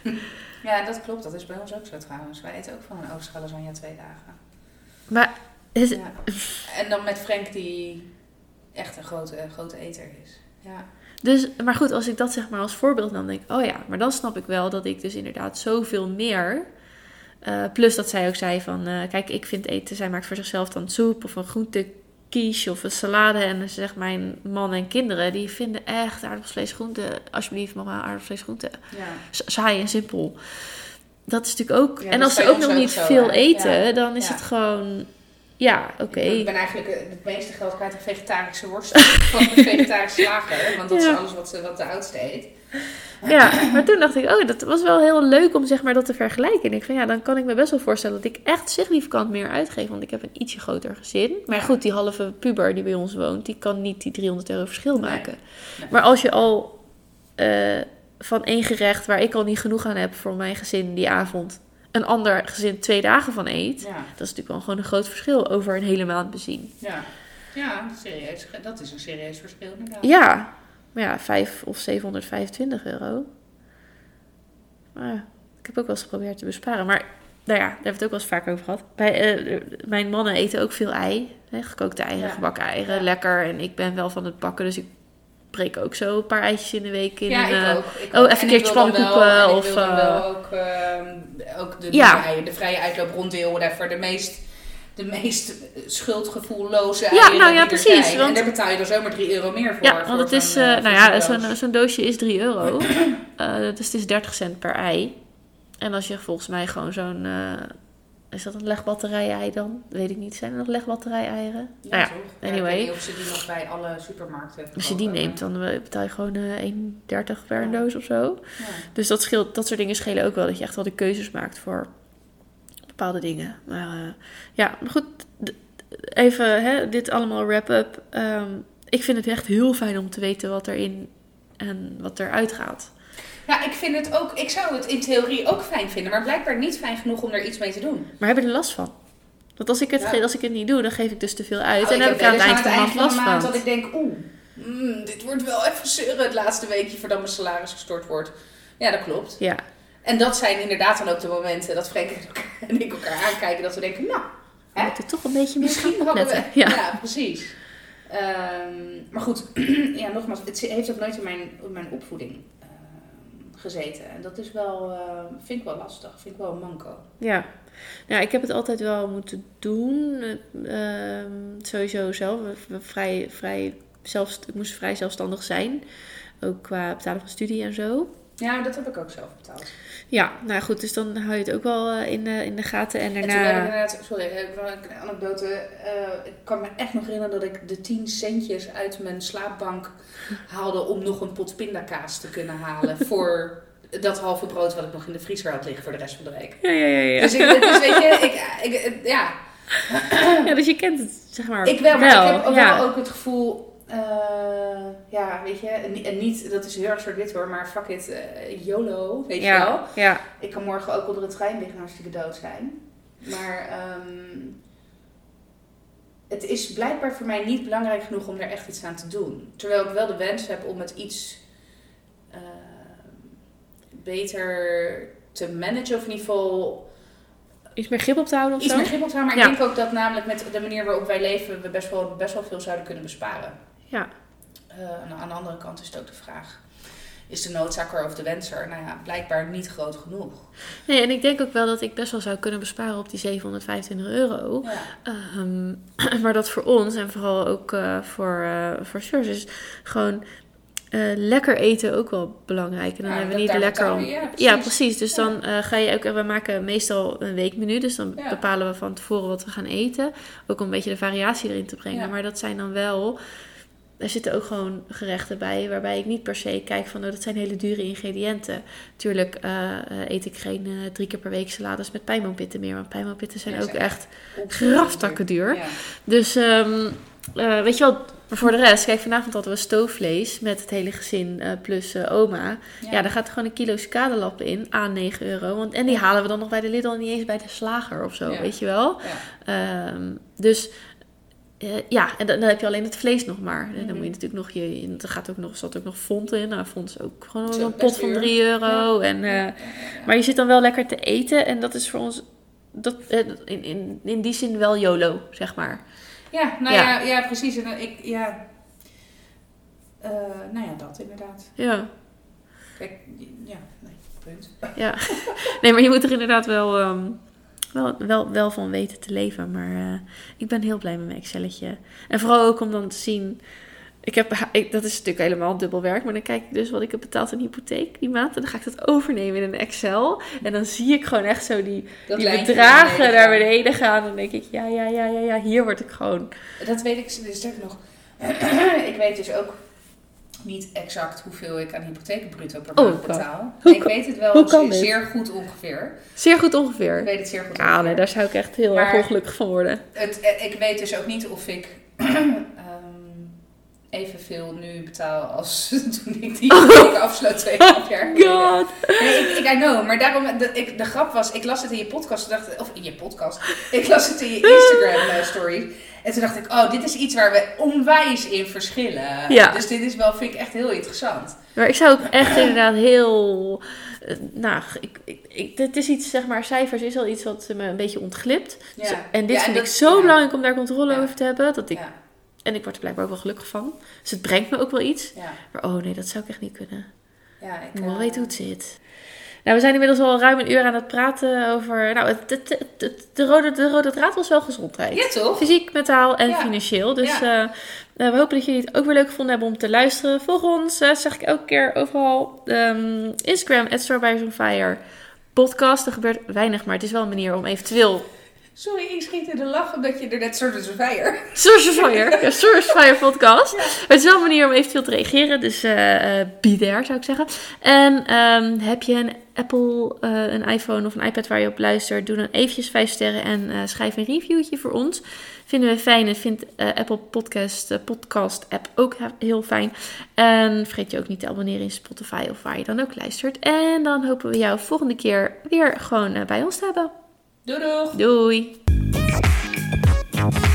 Ja, dat klopt. Dat is bij ons ook zo trouwens. Wij eten ook van een ovenschaal lasagne twee dagen. Maar... Is... Ja. En dan met Frank die echt een grote, grote eter is. Ja. Dus, maar goed, als ik dat zeg maar als voorbeeld nam, denk ik, oh ja, maar dan snap ik wel dat ik dus inderdaad zoveel meer, uh, plus dat zij ook zei van, uh, kijk, ik vind eten, zij maakt voor zichzelf dan soep of een groentequiche of een salade en ze zegt mijn man en kinderen, die vinden echt aardappelvlees, groente, alsjeblieft mama, aardappelvlees, groente, ja. saai en simpel. Dat is natuurlijk ook, ja, en als ze ook nog niet zo, veel hè? eten, ja. dan is ja. het gewoon... Ja, oké. Okay. Ik ben eigenlijk het meeste geld kwijt aan vegetarische worst van de vegetarische slager. Want dat ja. is alles wat, wat de oudste eet. Ja, maar toen dacht ik, oh, dat was wel heel leuk om zeg maar dat te vergelijken. En ik van ja, dan kan ik me best wel voorstellen dat ik echt significant meer uitgeef. Want ik heb een ietsje groter gezin. Maar ja. goed, die halve puber die bij ons woont, die kan niet die driehonderd euro verschil maken. Nee. Nee. Maar als je al uh, van één gerecht waar ik al niet genoeg aan heb voor mijn gezin die avond... een ander gezin twee dagen van eet. Ja. Dat is natuurlijk wel gewoon een groot verschil over een hele maand bezien. Ja, ja serieus, dat is een serieus verschil inderdaad. Ja, maar ja, vijf of zevenhonderdvijfentwintig euro. Maar ja, ik heb ook wel eens geprobeerd te besparen. Maar nou ja, daar hebben we het ook wel eens vaak over gehad. Bij, uh, mijn mannen eten ook veel ei. Hè, gekookte eieren, ja. gebakken eieren, ja. lekker. En ik ben wel van het bakken, dus ik breek ook zo een paar eitjes in de week in. Ja, ik uh, ook. Ik oh, ook. even een keertje pannenkoeken. Of ik wil dan wel ook, uh, ook de, ja. de, de vrije uitloop ronddeel, whatever. De meest, de meest schuldgevoelloze ja, eieren nou ja, die precies, er zijn. want, en daar betaal je er zomaar drie euro meer voor. Ja, want het is, uh, uh, nou ja, zo'n, zo'n doosje is drie euro. uh, dus het is dertig cent per ei. En als je volgens mij gewoon zo'n... Uh, is dat een legbatterij-ei dan? Weet ik niet. Zijn er nog legbatterij-eieren? Ja, nou ja, toch? Anyway. Ja, ik weet niet of ze die nog bij alle supermarkten Als je die neemt, dan betaal je gewoon uh, één dertig per ja. doos of zo. Ja. Dus dat, scheelt, dat soort dingen schelen ook wel. Dat je echt wel de keuzes maakt voor bepaalde dingen. Maar uh, ja, maar goed. D- even hè, dit allemaal wrap-up. Um, ik vind het echt heel fijn om te weten wat erin en wat eruit gaat. Ja, ik vind het ook, ik zou het in theorie ook fijn vinden, maar blijkbaar niet fijn genoeg om er iets mee te doen. Maar heb je er last van? Want als ik het, ja. als ik het niet doe, dan geef ik dus te veel uit. Oh, en dan heb ik aan het eind van de maand last van. Dat ik denk, oeh, Mm, dit wordt wel even zeuren het laatste weekje voordat mijn salaris gestort wordt. Ja, dat klopt. Ja. En dat zijn inderdaad dan ook de momenten dat Frank en ik elkaar aankijken. Dat we denken, nou, we moeten toch een beetje meer misschien hadden we... Ja, ja precies. Um, maar goed, ja, nogmaals, het heeft ook nooit in mijn, in mijn opvoeding uh, gezeten. En dat is wel, uh, vind ik wel lastig, vind ik wel een manco. Ja. Ja, ik heb het altijd wel moeten doen. Uh, sowieso zelf. Vrij, vrij zelfst, ik moest vrij zelfstandig zijn. Ook qua betalen van studie en zo. Ja, dat heb ik ook zelf betaald. Ja, nou goed, dus dan hou je het ook wel in de, in de gaten. En daarna... En toen heb ik inderdaad, sorry, ik heb een anekdote. Uh, ik kan me echt nog herinneren dat ik de tien centjes uit mijn slaapbank haalde om nog een pot pindakaas te kunnen halen voor dat halve brood wat ik nog in de vriezer had liggen voor de rest van de week. Ja, ja, ja. ja. Dus, ik, dus weet je, ik, ik, ja. Ja, dus je kent het, zeg maar. Ik wel, maar wel. ik heb ook, ja. wel ook het gevoel... Uh, ja, weet je, en, en niet, dat is heel erg zwart-wit hoor, maar fuck it, uh, YOLO, weet ja, je wel. Ja. Ik kan morgen ook onder de trein liggen en hartstikke dood zijn. Maar um, het is blijkbaar voor mij niet belangrijk genoeg om er echt iets aan te doen. Terwijl ik wel de wens heb om het iets uh, beter te managen, of in ieder geval... Iets meer grip op te houden of Iets zo? meer grip op te houden, maar ja. ik denk ook dat namelijk met de manier waarop wij leven we best wel, best wel veel zouden kunnen besparen. Ja. Uh, aan de andere kant is het ook de vraag, is de noodzaak er of de wens er? Nou ja, blijkbaar niet groot genoeg. Nee, en ik denk ook wel dat ik best wel zou kunnen besparen op die zevenhonderdvijfentwintig euro. Ja. Um, maar dat voor ons en vooral ook uh, voor, uh, voor services gewoon... Uh, lekker eten ook wel belangrijk. En dan ja, hebben we niet lekker om... Ja, precies. Ja, precies. Dus ja. dan uh, ga je ook... We maken meestal een weekmenu. Dus dan ja. bepalen we van tevoren wat we gaan eten. Ook om een beetje de variatie erin te brengen. Ja. Maar dat zijn dan wel... Er zitten ook gewoon gerechten bij... waarbij ik niet per se kijk van... Oh, dat zijn hele dure ingrediënten. Tuurlijk uh, eet ik geen uh, drie keer per week salades met pijnboompitten meer. Want pijnboompitten zijn ja, ook echt graftakken duur. Ja. Dus um, uh, weet je wel... Maar voor de rest, kijk, vanavond hadden we stoofvlees met het hele gezin uh, plus uh, oma. Ja. ja, daar gaat er gewoon een kilo cicadelap in, aan negen euro. Want, en die ja. halen we dan nog bij de Lidl en niet eens bij de slager of zo, ja. weet je wel. Ja. Um, dus uh, ja, en dan, dan heb je alleen het vlees nog maar. En dan mm-hmm. moet je natuurlijk nog, je, er gaat ook nog, zat ook nog fond in. Nou, fond is ook gewoon zo een pot van drie euro. Ja. En, uh, ja, ja, ja. Maar je zit dan wel lekker te eten en dat is voor ons, dat, uh, in, in, in die zin wel YOLO, zeg maar. Ja, nou ja, ja, ja precies. En ik, ja, uh, nou ja, dat inderdaad. Ja. Kijk, ja, nee, punt. Ja, nee, maar je moet er inderdaad wel, um, wel, wel, wel van weten te leven. Maar uh, ik ben heel blij met mijn Excelletje. En vooral ook om dan te zien... Ik heb, ik, dat is natuurlijk helemaal dubbel werk, maar dan kijk ik dus wat ik heb betaald aan hypotheek die maand. En dan ga ik dat overnemen in een Excel. En dan zie ik gewoon echt zo die, die bedragen naar beneden gaan. En dan denk ik, ja, ja, ja, ja, ja, hier word ik gewoon... Dat weet ik, dus sterker nog. Ik weet dus ook niet exact hoeveel ik aan hypotheek bruto per maand oh, betaal. Hoe, ik weet het wel zeer, zeer goed ongeveer. Zeer goed ongeveer? Ik weet het zeer goed ja, ongeveer. Nee, daar zou ik echt heel maar erg ongelukkig van worden. Het, ik weet dus ook niet of ik... evenveel nu betaal als toen ik die hypotheek afsloot tweeënhalf jaar geleden. God. Nee, ik, ik I know, maar daarom, de, ik, de grap was, ik las het in je podcast, dacht, of in je podcast, ik las het in je Instagram uh, story. En toen dacht ik, oh, dit is iets waar we onwijs in verschillen. Ja. Dus dit is wel, vind ik echt heel interessant. Maar ik zou ook echt inderdaad heel... Uh, nou, ik, ik, ik, het is iets, zeg maar, cijfers is al iets wat me een beetje ontglipt. Ja. Dus, en dit ja, vind en ik dat, zo ja. belangrijk om daar controle ja. over te hebben, dat ik... Ja. En ik word er blijkbaar ook wel gelukkig van. Dus het brengt me ook wel iets. Ja. Maar oh nee, dat zou ik echt niet kunnen. Ja, ik moet wel uh... weten hoe het zit. Nou, we zijn inmiddels al ruim een uur aan het praten over... Nou, het, het, het, het, de, rode, de rode draad was wel gezondheid. Ja, toch? Fysiek, mentaal en ja. financieel. Dus ja. uh, we hopen dat jullie het ook weer leuk gevonden hebben om te luisteren. Volg ons, uh, zeg ik elke keer overal. Um, Instagram, at Strawberries on Fire. Podcast, er gebeurt weinig, maar het is wel een manier om eventueel... Sorry, ik schiet in de lach omdat je er net Source of Fire... Source of Fire, ja, Source of Fire podcast. Ja. Het is wel een manier om eventueel te reageren, dus uh, uh, be there zou ik zeggen. En um, heb je een Apple, uh, een iPhone of een iPad waar je op luistert, doe dan eventjes vijf sterren en uh, schrijf een reviewtje voor ons. Vinden we fijn en vindt uh, Apple Podcast, uh, podcast app ook heel fijn. En vergeet je ook niet te abonneren in Spotify of waar je dan ook luistert. En dan hopen we jou volgende keer weer gewoon uh, bij ons te hebben. Doei doei! Doei!